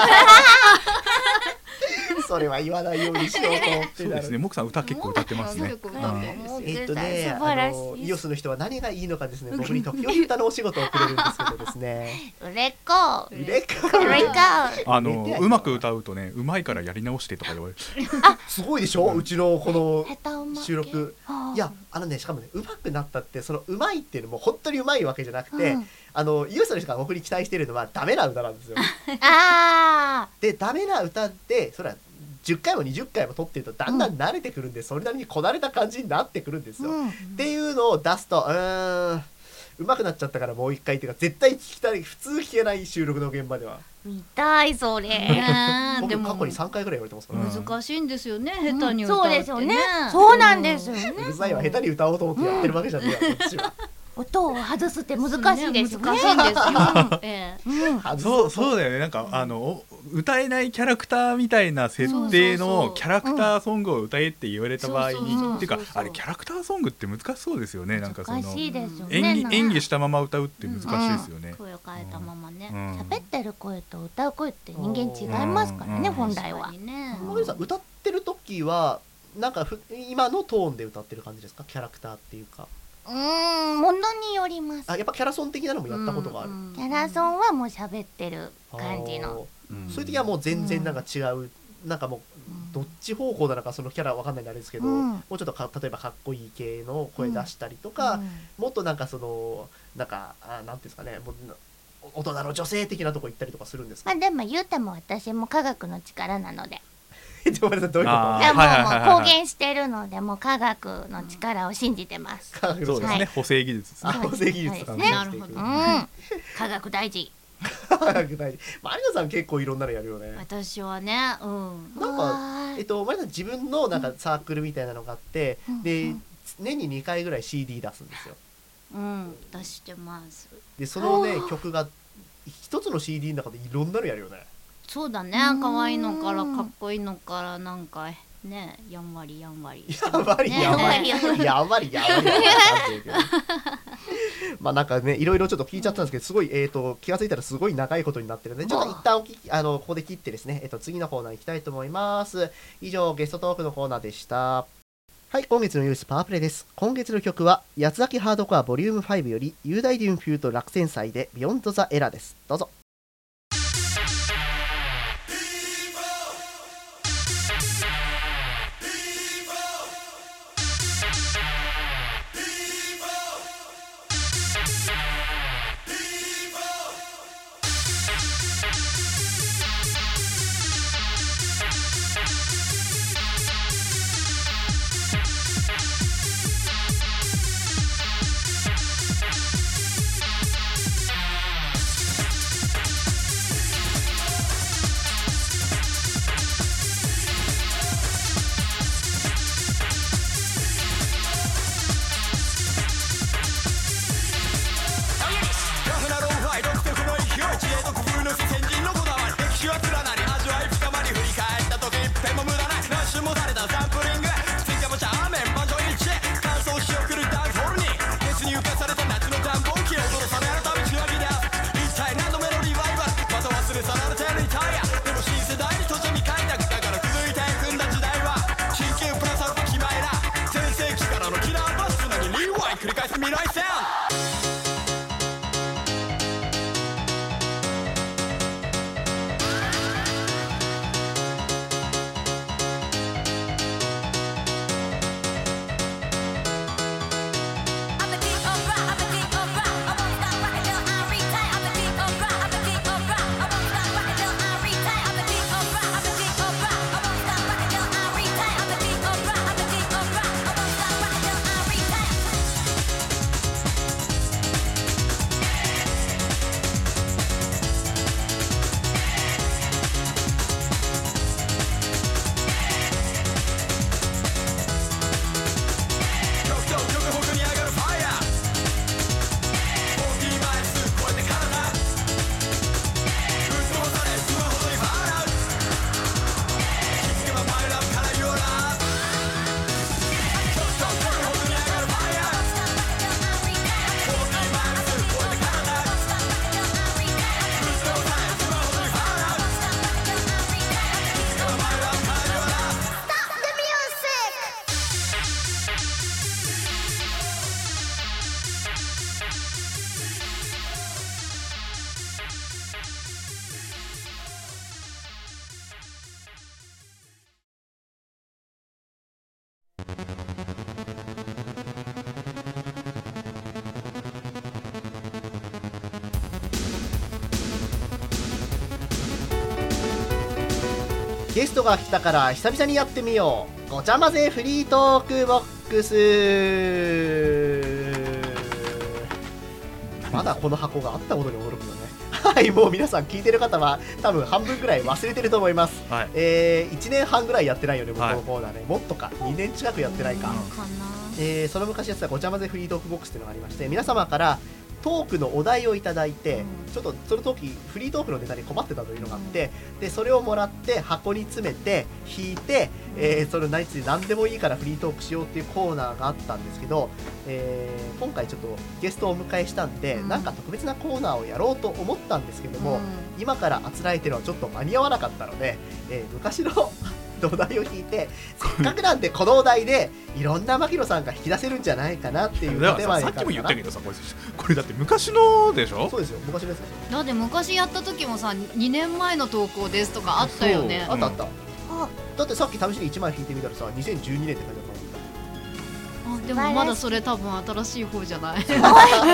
それは言わないようにしようと思ってそうですね、モクさん歌結構歌ってますね。 結構歌ってるんですよ。 えっとね、あのイオスの人は何がいいのかですね、僕に時折歌のお仕事をくれるんですけどですね。 売れっ子、 売れっ子、 売れっ子。 あのうまく歌うとね、うまいからやり直してとか言われる。 あ、すごいでしょ、うちのこの収録。いや、あのね、しかもね、うまくなったってそのうまいっていうのも本当にうまいわけじゃなくて、あのイオスの人が僕に期待しているのはダメな歌なんですよ。 ああ。 で、ダメな歌ってそれはじゅっかいもにじゅっかいも撮ってるとだんだん慣れてくるんで、それなりにこなれた感じになってくるんですよ、うん、っていうのを出すとうーんうまくなっちゃったからもう一回っていうか絶対聞きたい、普通聞けない収録の現場では見たいそれ僕過去にさんかいぐらい言われてますから、 ね、難しいんですよね、うん、下手に歌って、ね、そうですよね、 そうなんですよね、 うるさいわ、下手に歌おうと思ってやってるわけじゃねえよ、こっちは音を外すって難しいですよね。 難しいんですよ。ええ、 うん、そうそうだよね。なんか、うん、あの歌えないキャラクターみたいな設定のキャラクターソングを歌えって言われた場合に、っていうかあれキャラクターソングって難しそうですよね。なんかその難しいですよね。 演技演技したまま歌うって難しいですよね。 うん、声を変えたままね。 喋、うん、ってる声と歌う声って人間違いますからね、うん、本来は。 マリさん歌ってる時はなんかふ今のトーンで歌ってる感じですか、キャラクターっていうか。 うーん、ものによります。 あ、やっぱキャラソン的なのもやったことがある。 キャラソンはもう喋ってる感じの。 そういう時はもう全然なんか違う、うん、なんかもうどっち方向なのかそのキャラわかんないんであれですけど、うん、もうちょっとか例えばかっこいい系の声出したりとか、うん、もっとなんかそのなんかあなんていうんですかね、もう大人の女性的なとこ行ったりとかするんですか。 まあでも言うても私も科学の力なので。 どういうこと？いやもうもう公言してるので、もう科学の力を信じてます。 そうですね、補正技術ですね。 補正技術とかね。なるほど。科学大事。 科学大事。マリナさん結構いろんなのやるよね。 私はね、うん。 なんかえっとマリナさん自分のなんかサークルみたいなのがあって、で年ににかいぐらい シーディー 出すんですよ。 うん、出してます。 でそのね曲が一つの シーディー の中でいろんなのやるよね。 そうだね、可愛いのからかっこいいのからなんかね、やんわりやんわりやんわりやんわりやんわりやんわりまあなんかねいろいろちょっと聞いちゃったんですけど、すごいえっと気がついたらすごい長いことになってるので、ちょっと一旦おきあのここで切ってですね、えっと次のコーナー行きたいと思います。以上ゲストトークのコーナーでした。はい、今月のユースパワープレイです。今月の曲は八つ咲きハードコアボリュームファイブより雄大デュンフュート落選祭でビヨンドザエラーです。どうぞ。 ゲストが来たから久々にやってみよう、ごちゃ混ぜフリートークボックス。まだこの箱があったことに驚くのね。はい、もう皆さん聞いてる方は多分半分ぐらい忘れてると思います、はい、えー、いちねんはんぐらいやってないよね、僕のコーナーね、はい、もっとかにねん近くやってないか、うん、えー、その昔やってたごちゃ混ぜフリートークボックスっていうのがありまして、皆様からトークのお題をいただいて、うん、ちょっとその時フリートークのネタに困ってたというのがあって、うん、でそれをもらって箱に詰めて引いて、うん、えー、それ何つ何でもいいからフリートークしようっていうコーナーがあったんですけど、えー、今回ちょっとゲストをお迎えしたんで、うん、なんか特別なコーナーをやろうと思ったんですけども、うん、今からあつらえてるのはちょっと間に合わなかったので、えー、昔のお題を引いて、せっかくなんでこのお題でいろんな牧野さんが引き出せるんじゃないかなっていうのでは、 さっきも言ったけどさ、これ、これだって昔のでしょ。 そうですよ、昔ですよ。 だって昔やった時もさ、にねんまえの投稿ですとかあったよね。 あったあった、うん、あ、だってさっき試しにいちまい引いてみたらさ、にせんじゅうにねんって書いてあった。 あ、でもまだそれ多分新しい方じゃない。 そう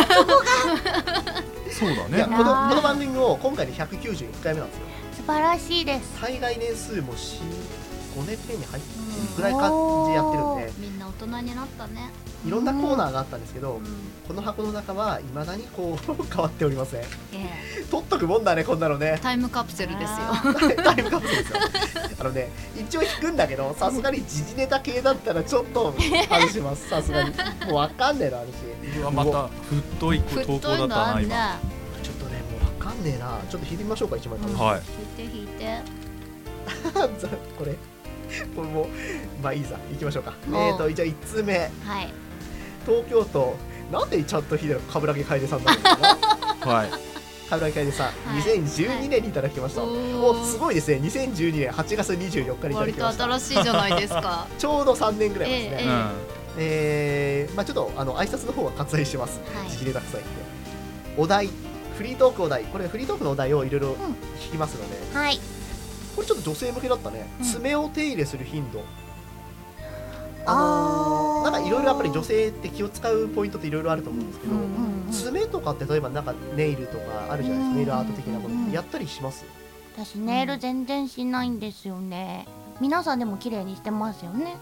だね。 いや、このこの番組を今回でひゃくきゅうじゅういっかいめなんですよ。 素晴らしいです。 海外年数もしごねんめに入ってるぐらい感じでやってるんで、 みんな大人になったね。 いろんなコーナーがあったんですけど、うん、この箱の中は未だにこう変わっておりません、えー、取っとくもんだね、こんなのね。 タイムカプセルですよ。 タイムカプセルですよ。あのね、一応引くんだけど、さすがに時事ネタ系だったらちょっと外します。さすがにもうわかんねえな、私。 うわ、また太い投稿だったな、今。 ちょっとね、もうわかんねえな。ちょっと引いてみましょうか、一枚。 うん、はい。引いて引いて。 これこれもまあいいさ、行きましょうか。えっとじゃあいちつうめ、はい、東京都、なんでちゃんとヒデの冠城楓さんなんですか。はい、冠城楓さん、はい、にせんじゅうにねんにいただきました、はい、お、すごいですね。にせんじゅうにねんはちがつにじゅうよっかにいただきました。 割と新しいじゃないですか。 ちょうどさんねんぐらいですね。えーえーえー、まあちょっとあの挨拶の方は割愛します。時事ネタくさいって。お題、フリートークお題、これフリートークのお題をいろいろ引きますので、うん、はい、これちょっと女性向けだったね、うん、爪を手入れする頻度、あのー、なんかいろいろやっぱり女性って気を使うポイントっていろいろあると思うんですけど、うんうんうん、爪とかって例えばなんかネイルとかあるじゃないですか、うんうん、ネイルアート的なものってやったりします？ 私ネイル全然しないんですよね。皆さんでも綺麗にしてますよね。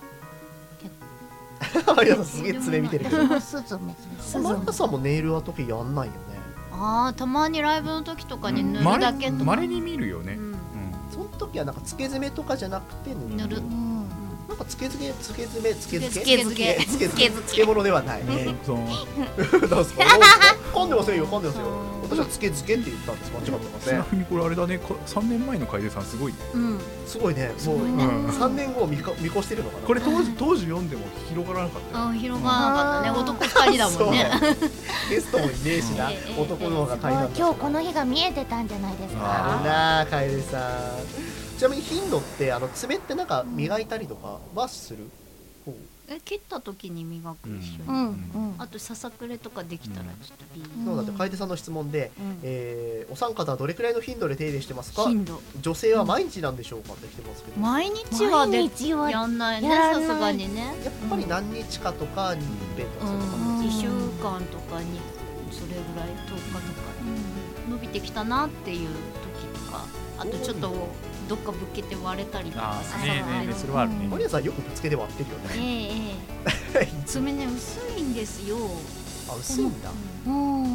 皆さんすげえ爪見てるけど。 スズメスズメ。マリカさんもネイルアート系やんないよね。 ああ、たまにライブの時とかに塗るだけとか。 まれに見るよね。うん、 その時はなんかつけ爪とかじゃなくて塗る。なんかつけ爪、つけ爪、つけ漬け、つけ漬け、つけ漬物ではない。なんですか。噛んでませんよ、噛んでますよ。私はつけ漬けって言ったんです。間違ってません。 ちなみにこれあれだね、さんねんまえの楓さんすごいね。 うん、すごいね。もうさんねんごを見越してるのかな。 これ当時当時読んでも広がらなかったよ。 あ、広がらなかったね。男ふたりだもんね。 ゲストもいねえしな。男の方が大変。 今日この日が見えてたんじゃないですか。 あるな、楓さん。ちなみに頻度ってあの爪ってなんか磨いたりとかはする？ え、切った時に磨くでしょ、うんうん、あとささくれとかできたらちょっといい、 うん、そうだって、楓さんの質問で、うん、えー、お三方はどれくらいの頻度で手入れしてますか？頻度、女性は毎日なんでしょうかって来てますけど、 毎日はでやんないね、さすがにね。 やっぱり何日かとかにいっぺんとかそういう感じ、 いっしゅうかんとかにそれぐらいとおかとかに伸びてきたなっていう時とか、あとちょっとどっかぶっけて割れたりとかさ、 ねえねえ、それはあるね。 マリアさんよくぶつけて割ってるよね。 ええ、爪ね薄いんですよ。 あ、薄いんだ。うん。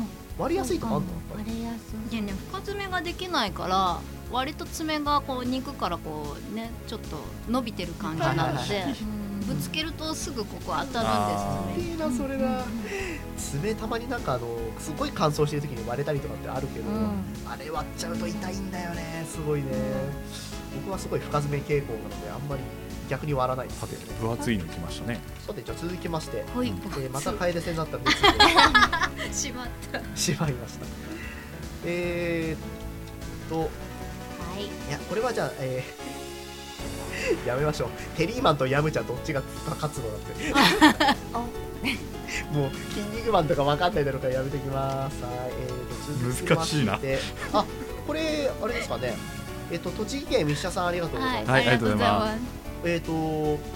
割りやすいとかあるの？ 割れやすい。でね、深爪ができないから割と爪がこう肉からこうねちょっと伸びてる感じなので、ぶつけるとすぐここ当たるんです。 いいなそれな。爪たまになんかあのすごい乾燥してる時に割れたりとかってあるけど、うん、あれ割っちゃうと痛いんだよね。すごいね。僕はすごい深爪傾向なのであんまり逆に割らないです。 さて分厚いのきましたね。 さてじゃあ続きまして、 はい、 えー、また楓戦になったんですけどしまったしまいました。えー、っと、はい、いやこれはじゃあ、えー、やめましょう。テリーマンとヤムちゃんどっちが勝つのだってもうキン肉マンとか分かんないだろうからやめてきます。はい、えー、と難しいな。 あ、これあれですかね。えっと栃木県三社さんありがとうございます。 はい、ありがとうございます。 えっと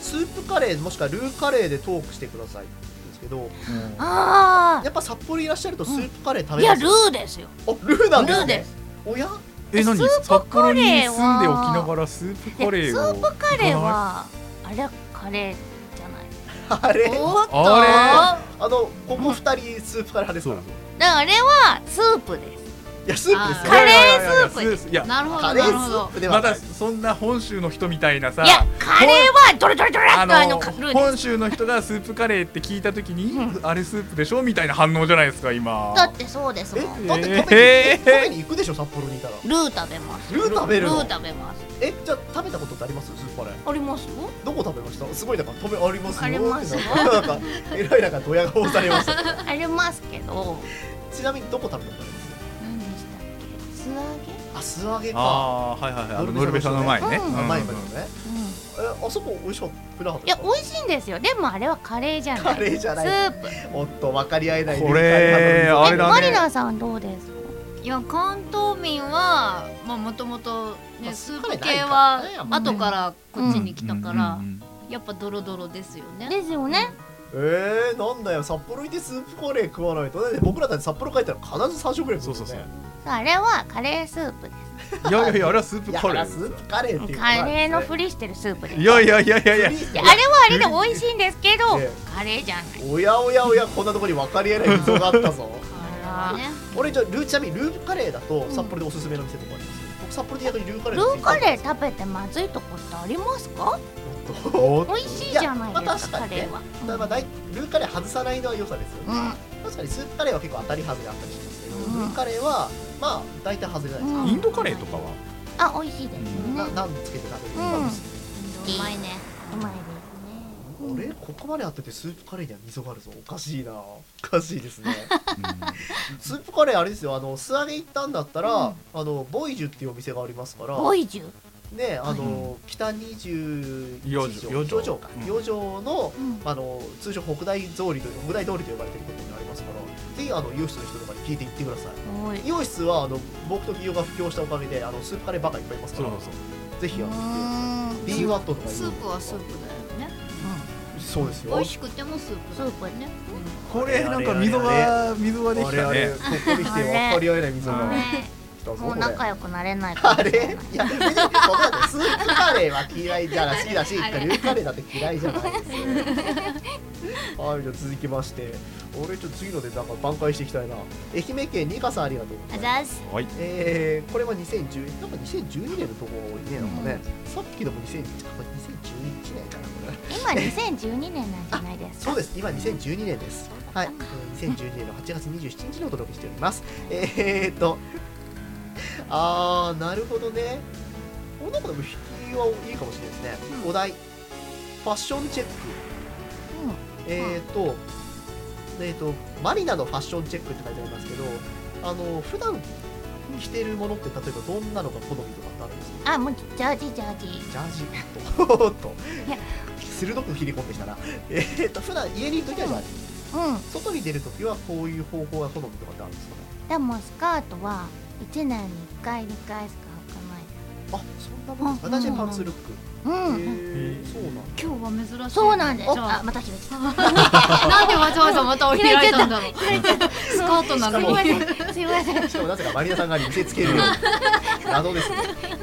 スープカレーもしくはルーカレーでトークしてくださいですけど、うん、 あやっぱ札幌いらっしゃるとスープカレー食べます、 いやルーですよ。 あ、ルーなんですね。 ルーです。 おやえ、何札幌に住んでおきながらスープカレーを。 スープカレーはあれカレーじゃない。 あれおっとあれあのここふたりスープカレー派ですから、 だからあれはスープです。 いやスープですよ。 カレースープです。 いやなるほどカレースなるほどープではまたそんな本州の人みたいなさ、 いやカレーはドロドロドロっとあのあのルーです。 本州の人がスープカレーって聞いたときに、うん、あれスープでしょみたいな反応じゃないですか今。 だってそうですもん。 え、だって食べに、えー、食べに行くでしょ札幌にいたら。 ルー食べます。 ルー食べるの。 ルー食べます。 え、じゃあ食べたことってありますスープカレー。 ありますよ。 どこ食べました。すごいなんか食べありますよ。 ありますよ。 なんかえらいなんかドヤ顔されました。 ありますけど。 ちなみにどこ食べたことあります。 何でしたっけ。素揚げ。 あ、素揚げか。 あー、はいはいはい。あのノルベさんの前ね。 うまいものね。え、あそこ美味しかったなかった。 いや美味しいんですよ。でもあれはカレーじゃない。 カレーじゃない。 スープ。 おっと分かり合えない。 これあれだね。 マリナさんどうですか。 いや関東民はまあもともとねスープ系は後からこっちに来たからやっぱドロドロですよね。 ですよね。 えー、なんだよ札幌行ってスープカレー食わないとね。僕らだって札幌帰ったら必ずさん食ぐらい食うもんね。 あれはカレースープです。 いやいやいやあれはスープカレー。 スープカレーっていうカレーのふりしてるスープです。 いやいやいやいやいや。 あれはあれで美味しいんですけどカレーじゃない。 おやおやおやこんなところに分かり合えない溝があったぞ。 ね、 俺じゃルーちなみにルーカレーだと札幌でおすすめの店とかあります。僕札幌で逆にルーカレー。 ルーカレー食べてまずいとこってありますか。美味しいじゃないですかカレーは。 だからルーカレー外さないのは良さですよね。確かにスープカレーは結構当たり外れあったりしますけど、ルーカレーはまあ大体外れないです。 インドカレーとかはあ、美味しいですね。 ナンつけて食べる。うまいね。 うまいですね。 俺ここまであっててスープカレーには溝があるぞ。おかしいな。おかしいですね。スープカレーあれですよ。あの素揚げ行ったんだったらあのボイジュっていうお店がありますから。 ボイジュね、あの北にじゅういち条よ条かよ条のあの通称北大通りと北大通りと呼ばれているところにありますから、ぜひあのイオシスの人とかに聞いていってください。イオシスはあの僕と企業が布教したおかげであのスープカレーバカいっぱいいますから、ぜひあの見てください。ビーワットとかスープはスープだよね。 そうですよ。 美味しくてもスープスープね。 これなんか溝が溝ができたね。 ここに来て分かり合えない溝が。 もう仲良くなれないかもしれない。 いや別に僕だってスープカレーは嫌いじゃな好きだし、ルーカレーだって嫌いじゃないですよ。はい、じゃあ続きまして、俺ちょっと次のでなんか挽回していきたいな。愛媛県ニカさんありがとうございます。 はい。 えー、これはにせんじゅうなんかにせんじゅうにねんのところねなんかね、さっきのもにせんじゅういちねんかなこれ。 今にせんじゅうにねんなんじゃないですか。 そうです。今にせんじゅうにねんです。はい。にせんじゅうにねんのはちがつにじゅうしちにちにお届けしております。えーっと。あーなるほどね。この中でも引きはいいかもしれないですね。うん、お題ファッションチェック、うん、えっ、ー、とえっ、ー、とマリナのファッションチェックって書いてありますけど、あの普段着てるものって例えばどんなのが好みとかってあるんですか。 あ、もうジャージジャージジャージとと鋭く切り込んできたら、えっ、ー、と普段家にいるときはジャージ、うん、外に出るときはこういう方法が好みとかってあるんですかね。 でもスカートはいちねんにいっかいにかいしか履かない。 あ、そんなもんですか。私パンツルック。うん。へえ、そうなん。 今日は珍しい。 そうなんです。あ、また開いてた。 なんでわざわざまた開いたんだろう。スカートなのに。 すいません。 しかもなぜかマリナさんが見せつけるように。謎ですね。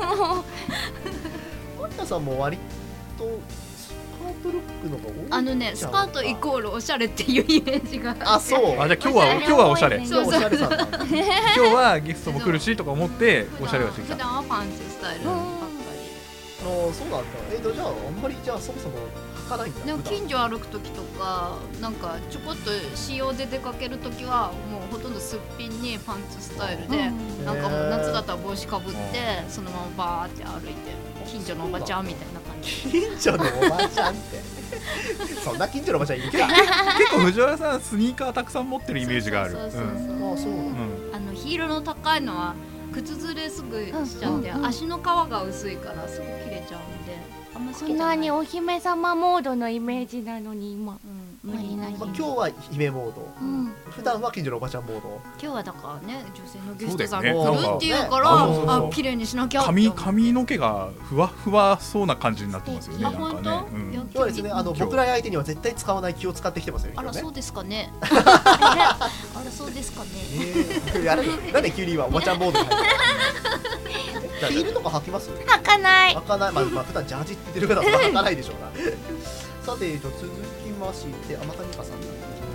マリナさんも割とスカートルックの方が多い。 あのね、スカートイコールおしゃれっていうイメージが。 あ、そう。 あ、じゃあ今日は今日はおしゃれ。 そうそう。 今日はゲストも来るしとか思っておしゃれをしてきた。 普段はパンツスタイルばっかり。 ああ、そうなんだ。えっとじゃああんまりじゃあそもそも履かないんだ。 でも近所歩く時とかなんかちょこっと仕様で出かける時はもうほとんどすっぴんにパンツスタイルで、なんかもう夏だったら帽子かぶってそのままバーって歩いて近所のおばちゃんみたいな感じ。 近所のおばちゃんってそんな近所のおばちゃんいるか。 結構藤原さんスニーカーたくさん持ってるイメージがある。 そうそうそう。 あ、そう。 あのヒールの高いのは靴ずれすぐしちゃって、足の皮が薄いからすぐ切れちゃうんで、あんま好きじゃない。 こんなにお姫様モードのイメージなのに今、 うん、 無理な日、 まあ、今日は姫モード、うん、普段は近所のおばちゃんモード。 今日はだからね、女性のゲストさんが来るっていうから、ね、あ、綺麗にしなきゃ。 髪髪の毛がふわふわそうな感じになってますよね。なんかね。うん、 今日はですね、あの僕ら相手には絶対使わない気を使ってきてますよね。 あら、そうですかね。あら、そうですかね。 えー、やるなんで急に今おばちゃんモードに入ったヒールとか履きます？ 履かない履かない。まあ、まあ、普段ジャージって言ってる方は履かないでしょうなさて、続きまして、あ、またニカさんだ。ちょ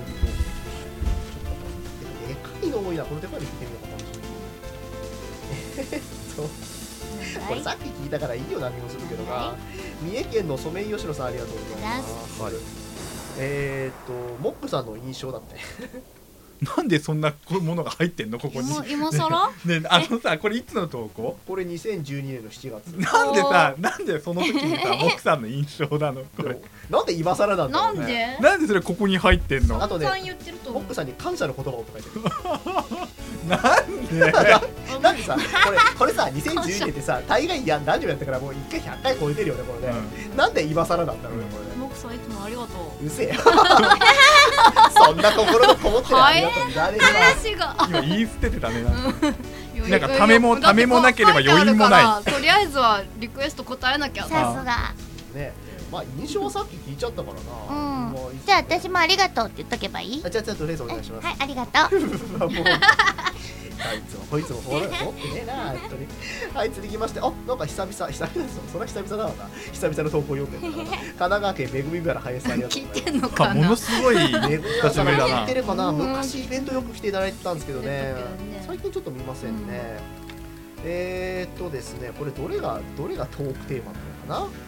っとでかいの多いな。このでかいの聞いてみようかもしれないそうこれさっき聞いたからいいような気もするけどな。三重県のソメイヨシノさん、ありがとうございます。はい、えーっとモックさんの印象だってなんでそんなものが入ってんのここに。 今, 今更ね、あのさ、これいつの投稿？ これにせんじゅうにねんのしちがつ。 なんでさ、なんでその時にさ、奥さんの印象なのこれ。 なんで今更なんだろうね。 なんで？ なんでそれここに入ってんの？ あとね、モックさんに感謝の言葉をと書いてる。 なんで？ なんでさ、これこれさ、にせんじゅうにねんってさ、大概やラジオやってからもういっかいひゃっかい超えてるよね、これね。うん、なんで今更なんだろうね、これね。 モックさんいつもありがとう。 うせえよ。そんな心のこもってるありがとう。誰が今言い捨ててたね。なんかためもためもなければ余韻もない。 とりあえずはリクエスト答えなきゃ。 さすが。 ね、まあ印象はさっき聞いちゃったからな。 うん。じゃあ私もありがとうって言っとけばいい？ あ、じゃあじゃあとりあえずお願いします。 はい、ありがとう。 もうあいつもこいつもほら持ってねえな本当に。はい、続きまして、あ、なんか久々久々ですよ。そんな久々だわな。久々の投稿読んでるから。神奈川県めぐみ村林さん、ありがとうございます。 聞いてんのかな。 ものすごい久しぶりだな。 聞いてるかな。昔イベントよく来ていただいてたんですけどね。最近ちょっと見ませんね。えーっとですね、これどれがどれがトークテーマなのかな。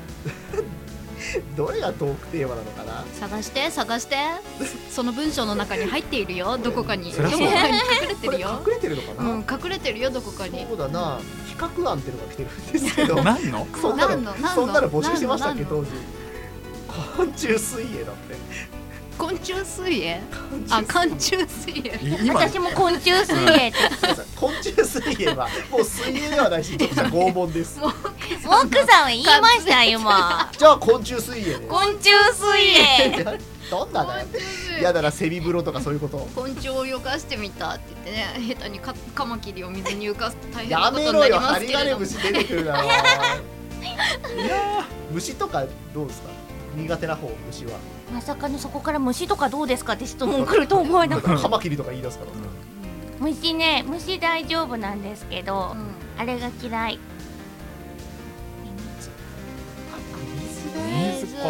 どれがトークテーマなのかな。 探して探して。その文章の中に入っているよ。どこかにどこかに隠れてるよ。 隠れてるのかな。 うん、隠れてるよ、どこかに。 そうだな。企画案っていうのが来てるんですけど。 何の？ そんなのそんなの募集してましたっけ当時。昆虫水泳だって。 昆虫水泳？あ、昆虫水泳。 私も昆虫水泳って。 昆虫水泳はもう水泳ではないし、ちょっと拷問です。 モックさんは言いました今。 じゃあ昆虫水泳ね。 昆虫水泳。 どんなだよ。やだな、セミ風呂とかそういうこと。 昆虫を泳がしてみたって言ってね、下手にカカマキリを水に浮かす大変なことになりますけれども。 やめろよ、針金虫出てくるだろう。いや虫とかどうですか？苦手な方、虫は。 まさかのそこから虫とかどうですかって質問来ると思わなかった。 カマキリとか言い出すから。 虫ね、虫大丈夫なんですけど、あれが嫌い。 水か。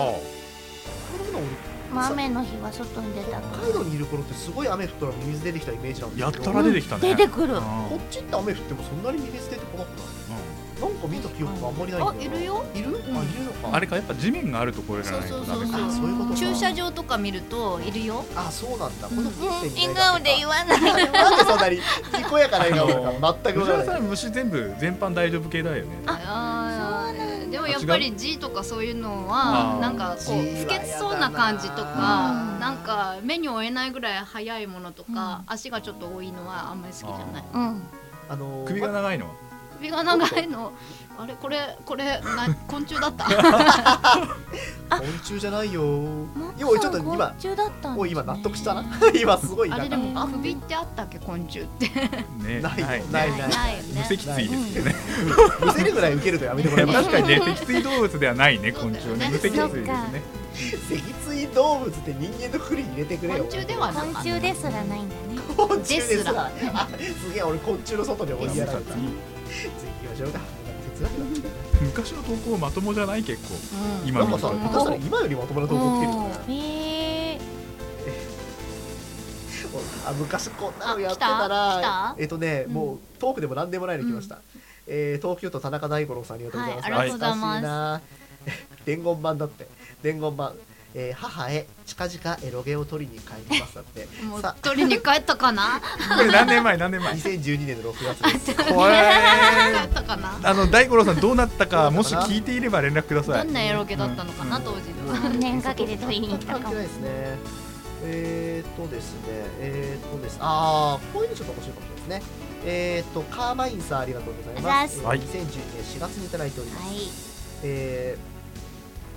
まあ雨の日は外に出た。 北海道にいる頃ってすごい雨降ったら水出てきたイメージなんですけど。 やったら出てきたね。 出てくる。 こっちって雨降ってもそんなに水出てこなくない？なんか見た記憶があんまりないんだよな。 あ、いるよ。 いる？あ、いるのか。 あれか、やっぱ地面があるところじゃないとダメか。 そういうことか。 駐車場とか見るといるよ。 あ、そうなんだ。この笑顔で言わない。 なんでそんなににこやかな笑顔が全くわからない。 藤原さん虫全部全般大丈夫系だよね。 ああ、でもやっぱり G とかそういうのはなんかこう不潔そうな感じとか、なんか目に追えないぐらい速いものとか、足がちょっと多いのはあんまり好きじゃない。 あの首が長いの。 首が長いの。あれ、これこれな昆虫だった。 昆虫じゃないよ。今ちょっと今もう今納得したな。今すごい。 あれでも首ってあったっけ、昆虫って。 ね、 ないないない。 無脊椎ですよね。 むせるぐらい受けるとやめてもらえますか。 確かにね、脊椎動物ではないね、昆虫ね。無脊椎ですね。 脊椎動物って人間のくくりに入れてくれよ。 昆虫ではな昆虫ですらないんだね。 昆虫ですら。すげえ、俺昆虫の外で追いやられた。次行きましょうか。 昔の投稿まともじゃない？結構。 今のさ、今よりまともな投稿来てるよね。あ、昔こんなのやってたら、えっとね、もうトークでも何でもないの来ました。えー、東京都田中大五郎さん、ありがとうございます。 ありがとうございます。 伝言版だって、伝言版。えー、母へ近々エロゲを取りに帰りますだって。 もう取りに帰ったかな。 これ何年前何年前？ にせんじゅうにねんのろくがつです。 怖い。 帰ったかな。 あの大五郎さんどうなったか、もし聞いていれば連絡ください。 どんなエロゲだったのかな、当時の。年かけて取りに行ったかも。 関係ないですね。えーっとですね、えーっとです。ああ、こういうのちょっと面白いかもしれないですね。えーっとカーマインさん、ありがとうございます。にせんじゅうにねんしがつにいただいております。えー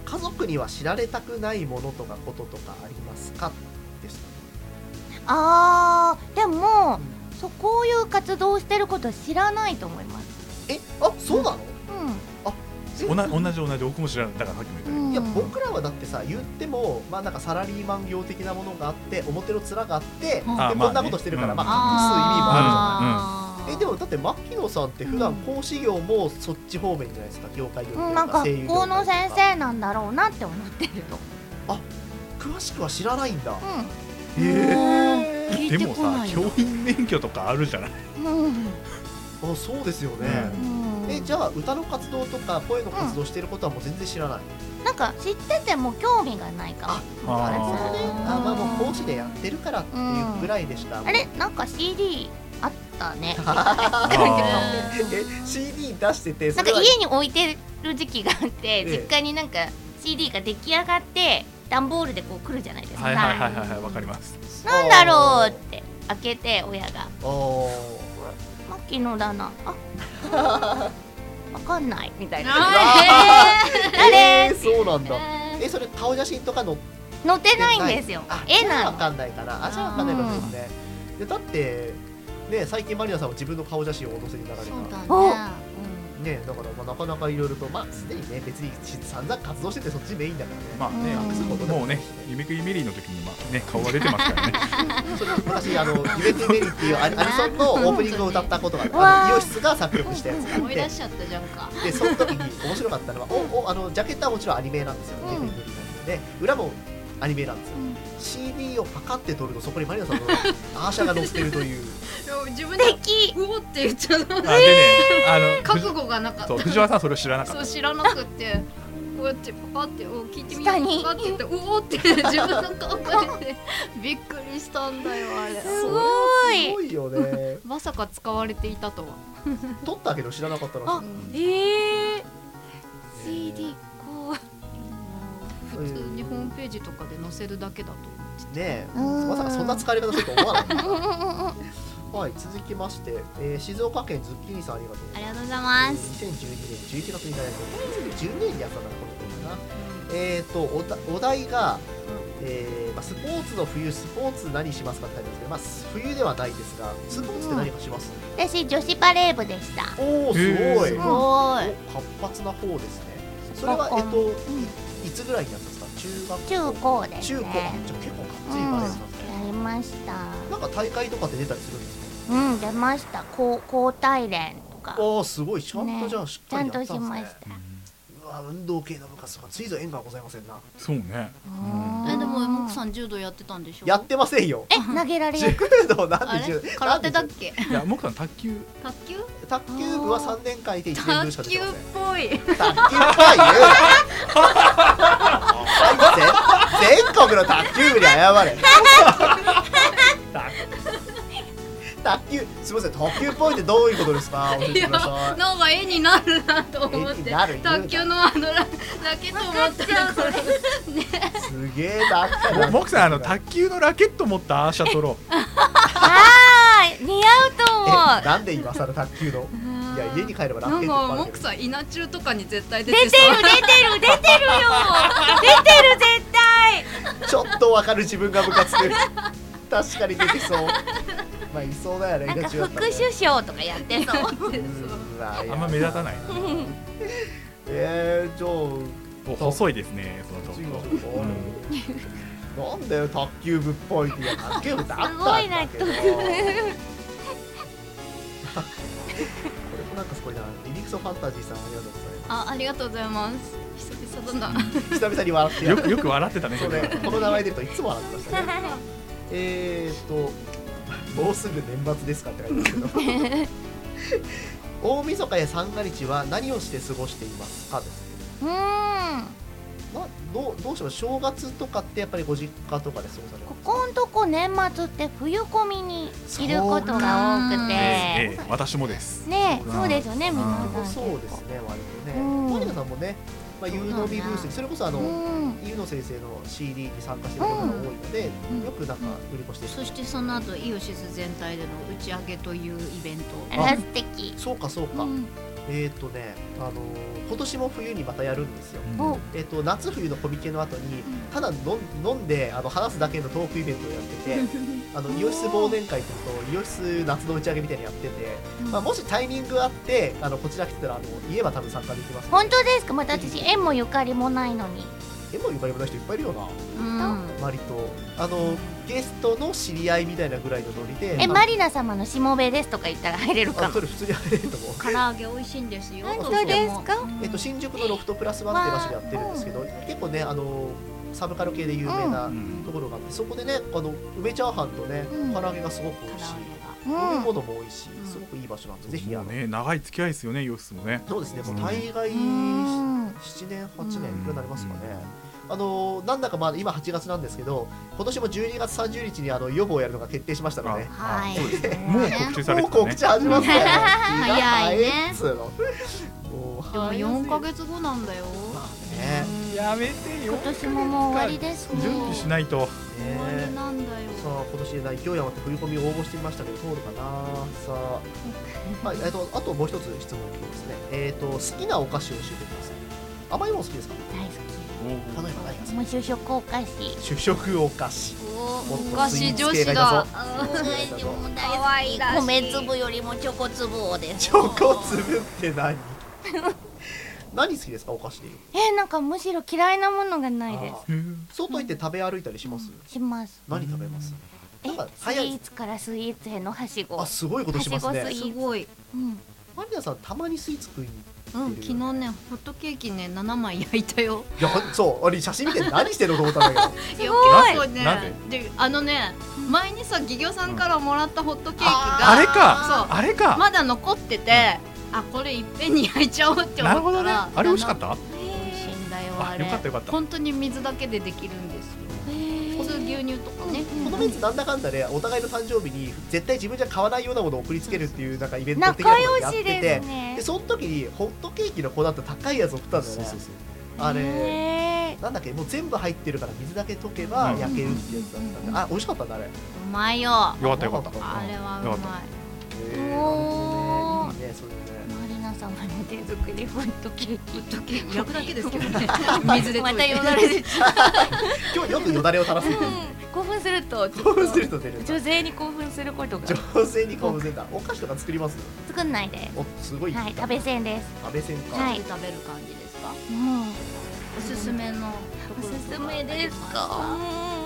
家族には知られたくないものとかこととかありますかですかね。 あーでも、うん、そうこういう活動をしてること知らないと思います。 えあそうなの？うん、 あ同じ同じ同じ僕も知らない。だからさっきも言ったように、 いや僕らはだってさ言ってもまあなんかサラリーマン業的なものがあって表の面があって、うん、でこんなことしてるから、まあ、隠す意味もあるじゃない。えでもだって牧野さんって普段講師業もそっち方面じゃないですか、業界業界とか声優業界とか。なんか学校の先生なんだろうなって思ってると。 あ詳しくは知らないんだ。 うん、 へえでもさ教員免許とかあるじゃない。 うん、 あそうですよね。うんえじゃあ歌の活動とか声の活動してることはもう全然知らない、 うん、なんか知ってても興味がないかも。 ああれそれねあまあもう講師でやってるからっていうぐらいでした、うん、 あれなんか シーディー あったねえ シーディー 出しててなんか家に置いてる時期があって、ええ、実家になんか シーディー が出来上がって段ボールでこう来るじゃないですか。 はいはいはいはいわかります。 なんだろうって開けて親がお牧野だなあわかんないみたいな。 えー、そうなんだ。えそれ顔写真とかの載ってないんですよ。絵なの。 わかんないかな。あじゃあわかんないかもですね。でだってね最近マリナさんは自分の顔写真をお載せになられた。 そうだね。 ねだからまあなかなかいろいろとまあすでにね別に散々活動しててそっちメインだからね。まあねもうね夢食いメリーの時にまあね顔が出てますからね。 それ昔あの夢食いメリーっていうアニソンのオープニングを歌ったことがある。イオシスが作曲したやつがあって。 思い出しちゃったじゃんか。 でその時に面白かったのはおおあのジャケットはもちろんアニメなんですよ。夢食いメリーなんで裏もアニメなんですよ。シーディー をパカって取るとそこにマリナさんのアーシャが載ってるという。 自分でうおって言っちゃった。 あでねあの覚悟がなかった。 そう藤原さんそれを知らなかった。 そう知らなくてこうやってパカって聞いてみようパカって言ってうおって自分の顔が出てびっくりしたんだよあれ。 すごい。 すごいよね。 まさか使われていたとは。 撮ったけど知らなかったらしい。 あええ。シーディー こう。 普通にホームページとかで載せるだけだと思ってねえまさかそんな使われ方すると思わなかったはい続きまして、えー、静岡県ズッキーニさんありがとうございます。 ありがとうございます。 にせんじゅうにねんじゅういちがつにいただいてじゅうねんにやったからこの子かな、うん、えっ、ー、とおだお題が、うんえーまあ、スポーツの冬スポーツ何しますかって書いてますけど、まあ、冬ではないですがスポーツって何かします、 うん、私女子バレー部でした。 おおすごいすごい活発な方ですね。それはえっと、うんいつぐらいにやったんですか？中学中高ですね。 中高、じゃ結構がっつりバレーなんですね、 うん、やりました。 なんか大会とかって出たりするんですか？ うん出ました。高高体連とか。 ああすごいちゃんとじゃあしっかりやったんですね。 ちゃんとしました。 うわ運動系の部活とかついぞ縁がございませんな。 そうね。 えでもモクさん柔道やってたんでしょ？ やってませんよ。 え投げられる。 柔道なんで柔道？ 空手だっけ？ いやモクさん卓球。 卓球？ 卓球部はさんねんかんいていちねんぶんしか出てません。 卓球っぽい。 卓球っぽい全国の卓球部に謝れ。卓球すみません卓球っぽいってどういうことですか？教えてください。 なんか絵になるなと思って卓球のあのラケットを持ったらこれねすげえな。 モクさんあの卓球のラケット持ったアーシャ取ろう。 あー似合うと思う。 なんで今更卓球のいや家に帰ればラケットいっぱいあるけど。 モクさん稲中とかに絶対出て出てる出てる出てるよ出てる絶対。 ちょっとわかる自分がムカつく。確かに出てそう。まあいそうだよね。 なんか副首相とかやってそう。 あんま目立たない。 えー、じゃあ細いですねそのちょっと。なんだよ卓球部っぽいって。卓球部ってあったんだけど。これもなんかすごいな。リリクソファンタジーさんありがとうございます。 あありがとうございます。久々だな。 久々に笑ってよくよく笑ってたね。 そうね。この名前出るといつも笑ってましたね。えーともうすぐ年末ですかって書いてあるけど大晦日や三が日は何をして過ごしていますかです。 うーんまどうどうします正月とかってやっぱりご実家とかで過ごされるんですか？ ここんとこ年末って冬込みにいることが多くて、 ええ、私もですねえそうですよね皆さん。 そうですね割とね。マリナさんもねまあ、ユーノビブースにそれこそあの、うん、ユーノ先生の シーディー に参加していることが多いので、うん、よくなんか売り越してる、 そしてその後イオシス全体での打ち上げというイベント。 あら素敵。 そうかそうか、うん、 えっとね、あのー、今年も冬にまたやるんですよ。 うん、 えっと夏冬のコミケの後にただ飲ん飲んであの話すだけのトークイベントをやってて、あのイオシス忘年会とイオシス夏の打ち上げみたいにやってて、まあ、もしタイミングあってあのこちら来てたらあの言えば多分参加できます、ね。 本当ですか？また私縁もゆかりもないのに。 縁もゆかりもない人いっぱいいるよな。 うん、 割とあのゲストの知り合いみたいなぐらいのノリで、 えマリナ様のしもべですとか言ったら入れるかも。 それ普通に入れると思う。 唐揚げ美味しいんですよ。 本当ですか？ えっと新宿のロフトプラスワンって場所でやってるんですけど、結構ねあのサブカル系で有名なところがあって、そこでねあの梅チャーハンとね唐揚げがすごく美味しい。飲み物も美味しい、すごくいい場所なんで、ぜひもうね長い付き合いですよね、イオシスもね。 そうですね、もう大概ななねんはちねんくらいになりますかね。あのなんだかまあ今はちがつなんですけど、今年もじゅうにがつさんじゅうにちにあの予防をやるのが決定しましたので、 はい、 もう告知されてたね。 もう告知始まったよ。 早いね。 でもよんかげつごなんだよ。 やめてよ。 今年ももう終わりですね。 準備しないと。 終わりなんだよ。 さあ今年で勢い余って振り込みを応募してみましたけど通るかな。さあ、はい、えっとあともう一つ質問を聞きますね。えっと好きなお菓子を教えてください。甘いもの好きですか？ 大好き。 例えば何が好き？ もう主食お菓子。 主食お菓子。 お菓子女子だ。 可愛いらしい。米粒よりもチョコ粒をです。 チョコ粒って何？何好きですかお菓子でいう？ えー、なんかむしろ嫌いなものがないです。 外行って食べ歩いたりします？ します。 何食べます？ え、スイーツからスイーツへのはしご。 あ、すごいことしますね。 すごい。 うん。 マリナさんたまにスイーツ食いに。 うん、昨日ねホットケーキねななまい焼いたよ。 いやそうあれ写真見て何してるのと思ったんだけど。すごいね。であのね前にさ企業さんからもらったホットケーキがあれかあれかまだ残ってて、あこれいっぺんに焼いちゃおうって思ったら。 あれ美味しかった？ 美味しいんだよあれ。 よかったよかった。 本当に水だけでできるんですよ。普通牛乳とかね。 このメンツなんだかんだでお互いの誕生日に絶対自分じゃ買わないようなものを送りつけるっていうなんかイベント的なことをやってて、でその時にホットケーキの粉だと高いやつを送ったんだよね。あれなんだっけもう全部入ってるから水だけ溶けば焼けるってやつだったんで、あ美味しかったんだあれ。うまいよ。 よかったよかった。 あれはうまい。 おおいいねそれね。 マリナ様の手作りホットケーキ。 ホットケーキ焼くだけですけどね。水でまたよだれで。 今日よくよだれを垂らす。 興奮すると興奮すると出る。 女性に興奮することが。 女性に興奮するんだ。お菓子とか作ります？ 作んないで。 おすごい。 はい食べせんです。 食べせんか。 はい食べる感じですか？ うん。 おすすめの。 おすすめですか？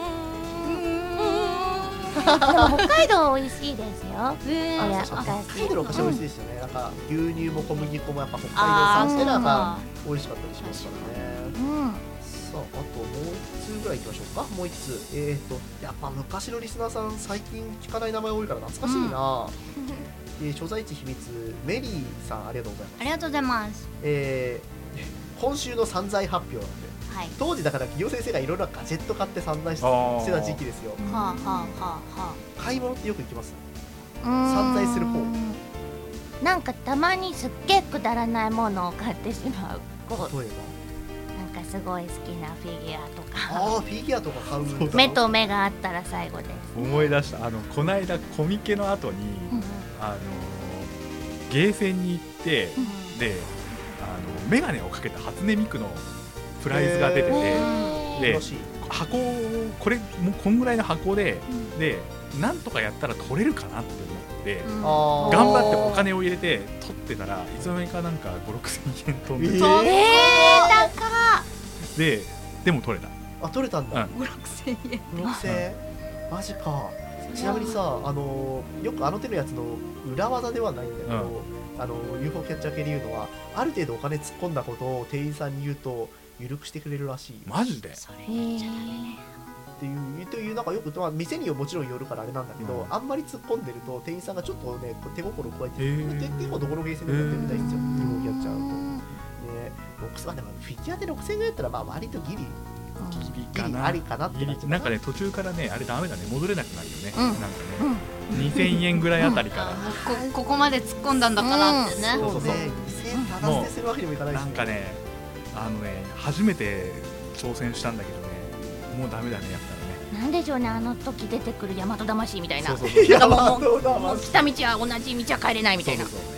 でも北海道美味しいですよ。おや北海道のお菓子美味しいですよね。なんか牛乳も小麦粉もやっぱ北海道産ってなんか美味しかったりしますからね。 うん。 さああともう一つぐらいいきましょうか。もう一つえっとやっぱ昔のリスナーさん最近聞かない名前多いから懐かしいな。え所在地秘密メリーさんありがとうございます。 ありがとうございます。 え今週の散財発表なんで。はい、当時だから企業先生がいろいろガジェット買って散財してた時期ですよ。 はあはあはあはあ。買い物ってよく行きます？散財する方。 なんかたまにすっげえくだらないものを買ってしまう。 例えば？ なんかすごい好きなフィギュアとか。 ああフィギュアとか買う。 目と目があったら最後です。 思い出したあのこの間コミケの後に、うん、あのゲーセンに行って、うん、であのメガネをかけた初音ミクのプライズが出てて、で箱これもうこんぐらいの箱で、うん、でなんとかやったら取れるかなって思って、うん、頑張ってお金を入れて取ってたらいつの間にかなんかご、ろくせんえん飛んでて、 えー、高っででも取れた。 あ取れたんだ。 ご、ろくせんえんご、ろくせんえんマジか。ちなみにさあのよくあの手のやつの裏技ではないんだけど、うん、あの ユーフォー キャッチャー系で言うのはある程度お金突っ込んだことを店員さんに言うと緩くしてくれるらしい。 マジで？ それ言っちゃダメね。 っていうというなんかよく、まあ、店にはもちろんよるからあれなんだけど、うん、あんまり突っ込んでると店員さんがちょっとね手心を加えて、結構どこのゲーセンでもやってるみたいですよ。ユーフォー キャッチャーと。ね、ろくせんえんでもフィギュアでろくせんえんぐらいだったらまあ割とギリ。 ギリかなありかなってなっちゃう。 なんかね途中からねあれダメだね戻れなくなるよね。うん、なんかね、うん、にせんえんぐらいあたりから、 うん、こ, ここまで突っ込んだんだからってね。 うん、そうそうそう。にせんえんただ捨てするわけにもいかないし。 なんかねあのね初めて挑戦したんだけどねもうダメだねやったらね。 なんでしょうねあの時出てくる大和魂みたいな。 そうそうそう。 なんかもうもう来た道は同じ道は帰れないみたいな。 そうそうそう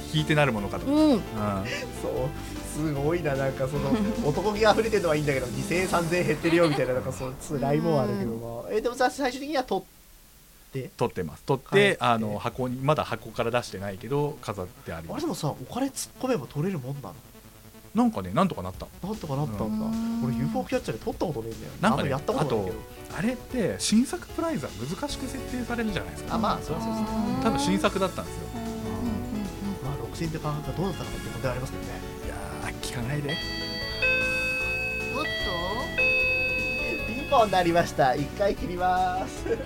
引いてなるものかと、うんうん、 そうすごいな、なんかその男気が溢れてるのはいいんだけどにせんえんさんぜんえん減ってるよみたいな、なんかそう辛いもんあるけど、まあ、えでもさ最終的には取って取ってます取って、あの箱にまだ箱から出してないけど飾ってあります。 あれでもさお金突っ込めば取れるもんなの？ なんかねなんとかなったなんとかなったんだ、うん、俺 ユーフォー キャッチャーで取ったことねえんだよ。 なんかね、 やったことないけど、 あとあれって新作プライズは難しく設定されるじゃないですか。 あまあそりゃそうですね。 多分新作だったんですよ。 まあろくせんえんで価格がどうだったのかって問題ありますけどね。 いやー聞かないで。 おっピンポンになりました。一回切りますはい、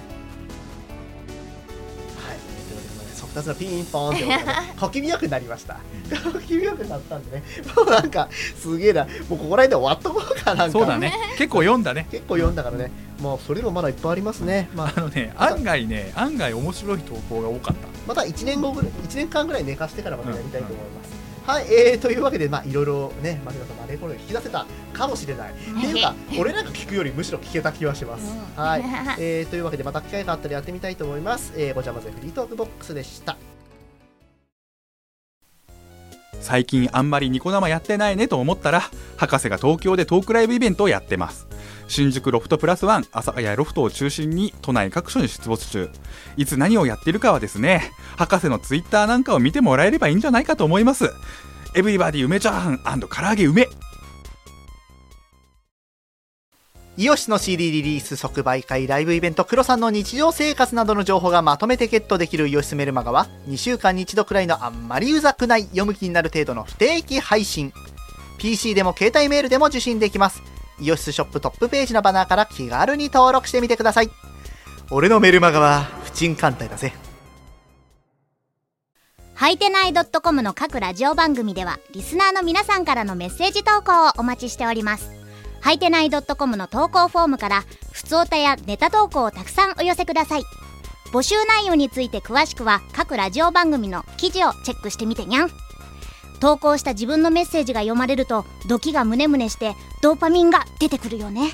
速達のピンポンって小気味よくなりました。小気味よくなったんでね、もうなんかすげえな、もうここら辺で終わっとこうかなんか。 そうだね、結構読んだね。 結構読んだからね、もうそれでもまだいっぱいありますね。まあ、 あのね、案外ね、案外面白い投稿が多かった。 またいちねんごぐらい、いちねんかんぐらい寝かしてからまたやりたいと思います。うんうん、はい、えー、というわけで、まあいろいろね、マリナさんのあれこれ引き出せたかもしれない。っていうか、俺なんか聞くよりむしろ聞けた気はします。うん、はい、えー、というわけでまた機会があったらやってみたいと思います。えー、ごちゃまぜフリートークボックスでした。 最近あんまりニコ生やってないねと思ったら、博士が東京でトークライブイベントをやってます。新宿ロフトプラスワン、阿佐ヶ谷ロフトを中心に都内各所に出没中。いつ何をやってるかはですね、博士のツイッターなんかを見てもらえればいいんじゃないかと思います。エブリバディ梅チャーハン&唐揚げ梅。 イオシスの シーディー リリース即売会ライブイベントクロさんの日常生活などの情報がまとめてゲットできるイオシスメルマガはにしゅうかんにいちどくらいのあんまりうざくない読む気になる程度の不定期配信。 ピーシー でも携帯メールでも受信できます。イオシスショップトップページのバナーから気軽に登録してみてください。俺のメルマガは不沈艦隊だぜ。 はいてない .com の各ラジオ番組ではリスナーの皆さんからのメッセージ投稿をお待ちしております。はいてない .com の投稿フォームからふつおたやネタ投稿をたくさんお寄せください。募集内容について詳しくは各ラジオ番組の記事をチェックしてみてにゃん。投稿した自分のメッセージが読まれるとドキがムネムネしてドーパミンが出てくるよね。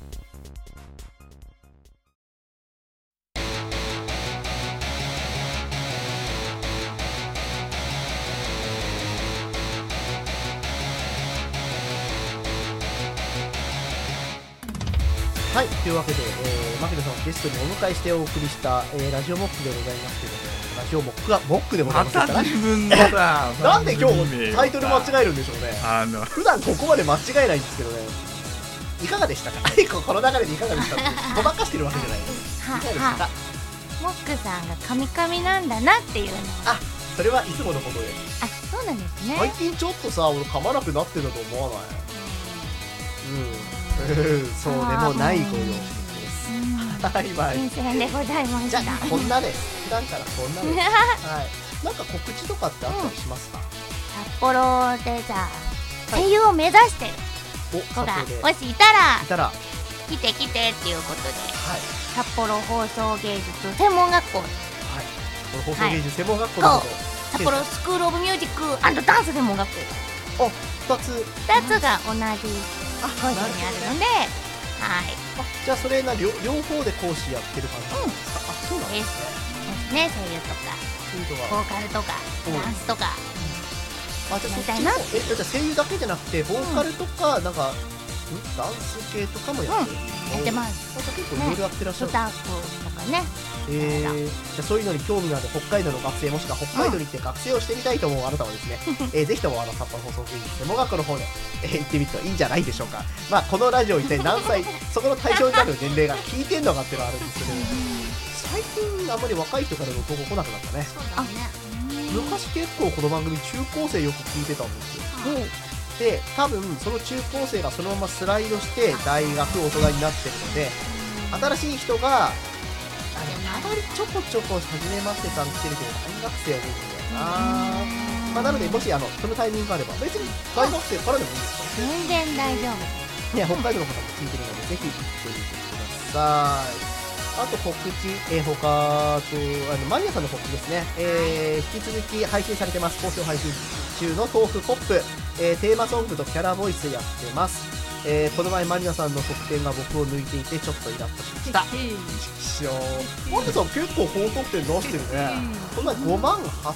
はい、というわけで、えー、牧野さんをゲストにお迎えしてお送りした、えー、ラジオモックでございますけども、ラジオモックがモックでございますからね。 また自分のさなんで今日タイトル間違えるんでしょうね。 あの普段ここまで間違えないんですけどね。いかがでしたかこの流れでいかがでしたかごまかしてるわけじゃないです。いかがでしたか。 モックさんがカミカミなんだなっていうの。 あ、それはいつものことです。 あ、そうなんですね。 最近ちょっとさ、俺噛まなくなってると思わない。うんそうでもないご様子です。はい、まあ、 新鮮でございました。 じゃあこんなです。普段からこんなです。はい。なんか告知とかってあったりしますか。 札幌でじゃあ声優を目指してる子がもしいたら、 いたら来て来てっていうことで、 はい、 札幌放送芸術専門学校、はい、 札幌放送芸術専門学校のこと、 札幌スクールオブミュージック&ダンス専門学校、 あ、ふたつふたつが同じ講師にあるので、はい。 あ、じゃあそれな 両, 両方で講師やってる感じですか。うん、あ、そうなんですね。 ですね、声優とかボーカルとかダンスとか、 あ、じゃあそっちも、え、じゃあ声優だけじゃなくてボーカルとか、うん、なんかダンス系とかもやってる、 うん、やってます。 なんか結構いろいろやってらっしゃる、 ね、歌とかね。 えー、じゃあそういうのに興味のある北海道の学生もしくは北海道に行って学生をしてみたいと思うあなたはですね、えー、ぜひともあの札幌放送芸術専門学校の方で、えー、行ってみるといいんじゃないでしょうか。まあこのラジオ一体何歳そこの対象になる年齢が聞いてんのかっていうのはあるんですけど、最近あんまり若い人からの投稿来なくなったね。 そうだね。 昔結構この番組中高生よく聞いてたんですよ。で多分その中高生がそのままスライドして大学大人になってるので、新しい人があれたまにちょこちょこ初めましてさん来てるけど大学生は出てるんだよな。まあ、なのでもしあのそのタイミングがあれば別に大学生からでもいいですか。 全然大丈夫。 ね、北海道の方も聞いてるのでぜひ行ってみてください。あと告知、えー、他とあのマニアさんの告知ですね、えー、引き続き配信されてます。好評配信中の豆腐ポップ、えー、テーマソングとキャラボイスやってます。えー、この前マニアさんの得点が僕を抜いていてちょっとイラッとしました。マニアさん結構高得点出してるね。この前ごまんはっ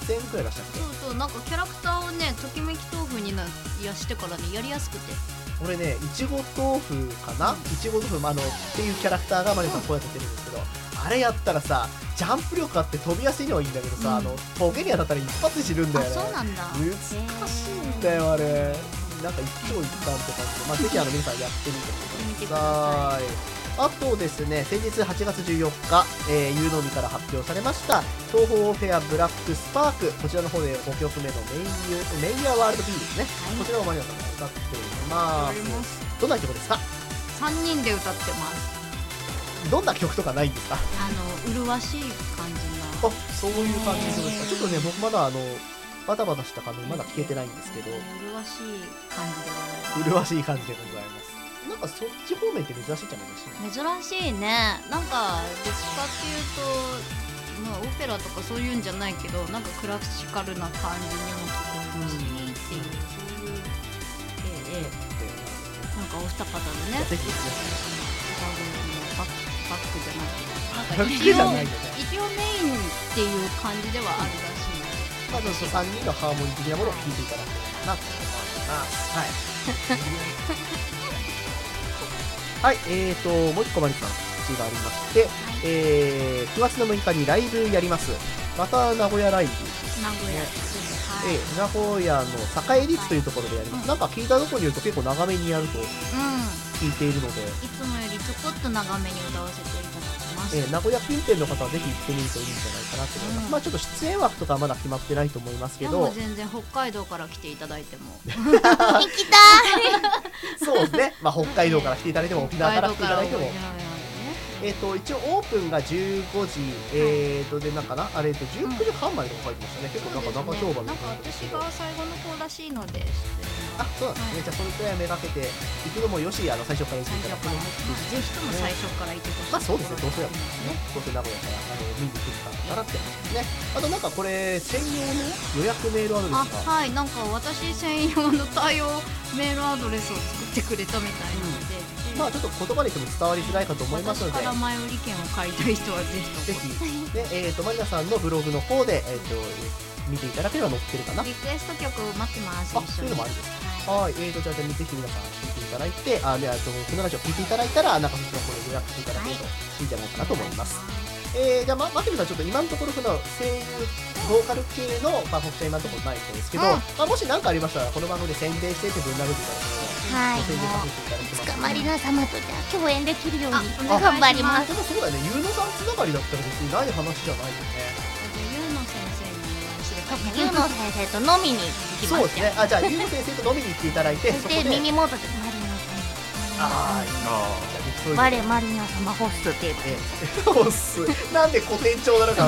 せんえんくらい出したっけ。 そうそう、なんかキャラクターをねときめき豆腐になやしてからねやりやすくて、 俺ねいちご豆腐かな、いちご豆腐、まあ、あのっていうキャラクターがマリオさんこうやって出てるんですけど、あれやったらさジャンプ力あって飛びやすいのはいいんだけどさ、うん、あのトゲに当たったら一発で死ぬんだよね。 あ、そうなんだ。 難しいんだよあれ。なんか一長一短って感じで、まあ、ぜひあの皆さんやってみてください。あとですね、先日はちがつじゅうよっか、えー、有能美から発表されました東宝フェアブラックスパーク、こちらの方でごきょくめのメイユメイヤーワールド B ですね、はい、こちらをマリオさんが歌っています。どんな曲ですか？ さんにんで歌ってます。 どんな曲とかないんですか？ あの麗しい感じの。あ、そういう感じですか。ちょっとね僕まだあのバタバタした感じまだ聞けてないんですけど、 麗しい感じでございます。 麗しい感じでございます。なんかそっち方面って珍しいじゃないですか。 珍しいね。なんかどっちかっていうと、まあオペラとかそういうんじゃないけど、なんかクラシカルな感じにも聞こえるしっていう、そういう、ええええ、なんかお二方のね、 ぜひバッバックじゃないけど、なんか一応一応メインっていう感じではあるらしい。 まずさんにんのハーモニー的なものを聴いていただければなと思います。はい。はい、えーともう一個マリさん告知がありまして、はい、えー、くがつのむいかにライブやります。また名古屋ライブ、 名古屋、ね、 はい、えー、名古屋の栄立というところでやります。はい、なんか聞いたところによると結構長めにやると聞いているので、うん、 いつもよりちょこっと長めに歌わせていただきます。 えー、名古屋近辺の方はぜひ行ってみるといいんじゃないかなと思います。うん、まあちょっと出演枠とかはまだ決まってないと思いますけど、 全然北海道から来ていただいても行きたいそうですね、まあ、北海道から来ていただいても沖縄から来ていただいても、えー、と一応オープンがじゅうごじ、えーとでなんかなあれとじゅうくじはんまでとか書いてましたね。結構なんか長丁場みたいな。 なんか私が最後の方らしいので、 あ、そうなんですね。じゃあそれくらいめがけて行くのもよし、あの最初から行っていただくのもぜひとも最初から行ってほしい。 まあそうですね、どうせやもんね。どうせ名古屋からあの見に来るかなって思いますね。あとなんかこれ専用の予約メールアドレスが、あ、はい、なんか私専用の対応メールアドレスを作ってくれたみたいなので、 うん、まあちょっと言葉で言っても伝わりづらいかと思いますので、 私から前売り券を買いたい人はぜひとぜひで、えーとマリナさんのブログの方でえっ、ー、と見ていただければ載ってるかな。 リクエスト曲待ってます。 あ、そういうのもあるんですか。はい、えーとじゃあぜひ皆さん聞いていただいて、あ、で、あとこのラジオ聞いていただいたらなんかそっちの方で予約していただけるといいんじゃないかなと思います。はい、えー、じゃあまマキムさんちょっと今のところその声優ボーカル系のまあ告知は今のところないんですけど、うん、まあもし何かありましたらこの番組で宣伝してってぶん殴っていただければ。 はい、もうつかまりな様とじゃあ共演できるように頑張ります。 でもそうだよね、ゆうのさんつながりだったら別にない話じゃないよね。 ゆうの先生にお会いすれば、 ゆうの先生と飲みに行きます。 そうですね。あ、じゃあゆうの先生と飲みに行っていただいて、 そして耳元でマリナさん、ああ、我マリナ様ホストっていうホスなんで古典調なのか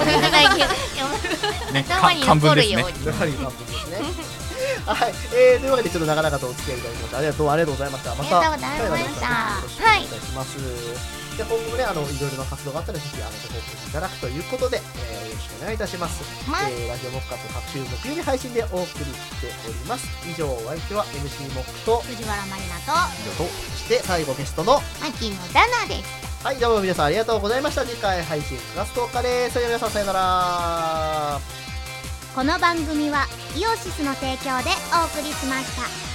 頭に残るように。 はい、えー、というわけでちょっと長々とお付き合いいただきました。ありがとうありがとうございました。またありがとうございました。 はい、お願いします。じゃあ今後もね、あのいろいろな活動があったらぜひあのご報告いただくということで、えー、よろしくお願いいたします。まえー、ラジオモックアップ各週木曜日配信でお送りしております。以上お相手は エムシー モックと藤原まりなと以上と、そして最後ゲストの牧野ダナです。 はい、どうも皆さんありがとうございました。次回配信くがつとおかです。それでは皆さんさよなら。 この番組はイオシスの提供でお送りしました。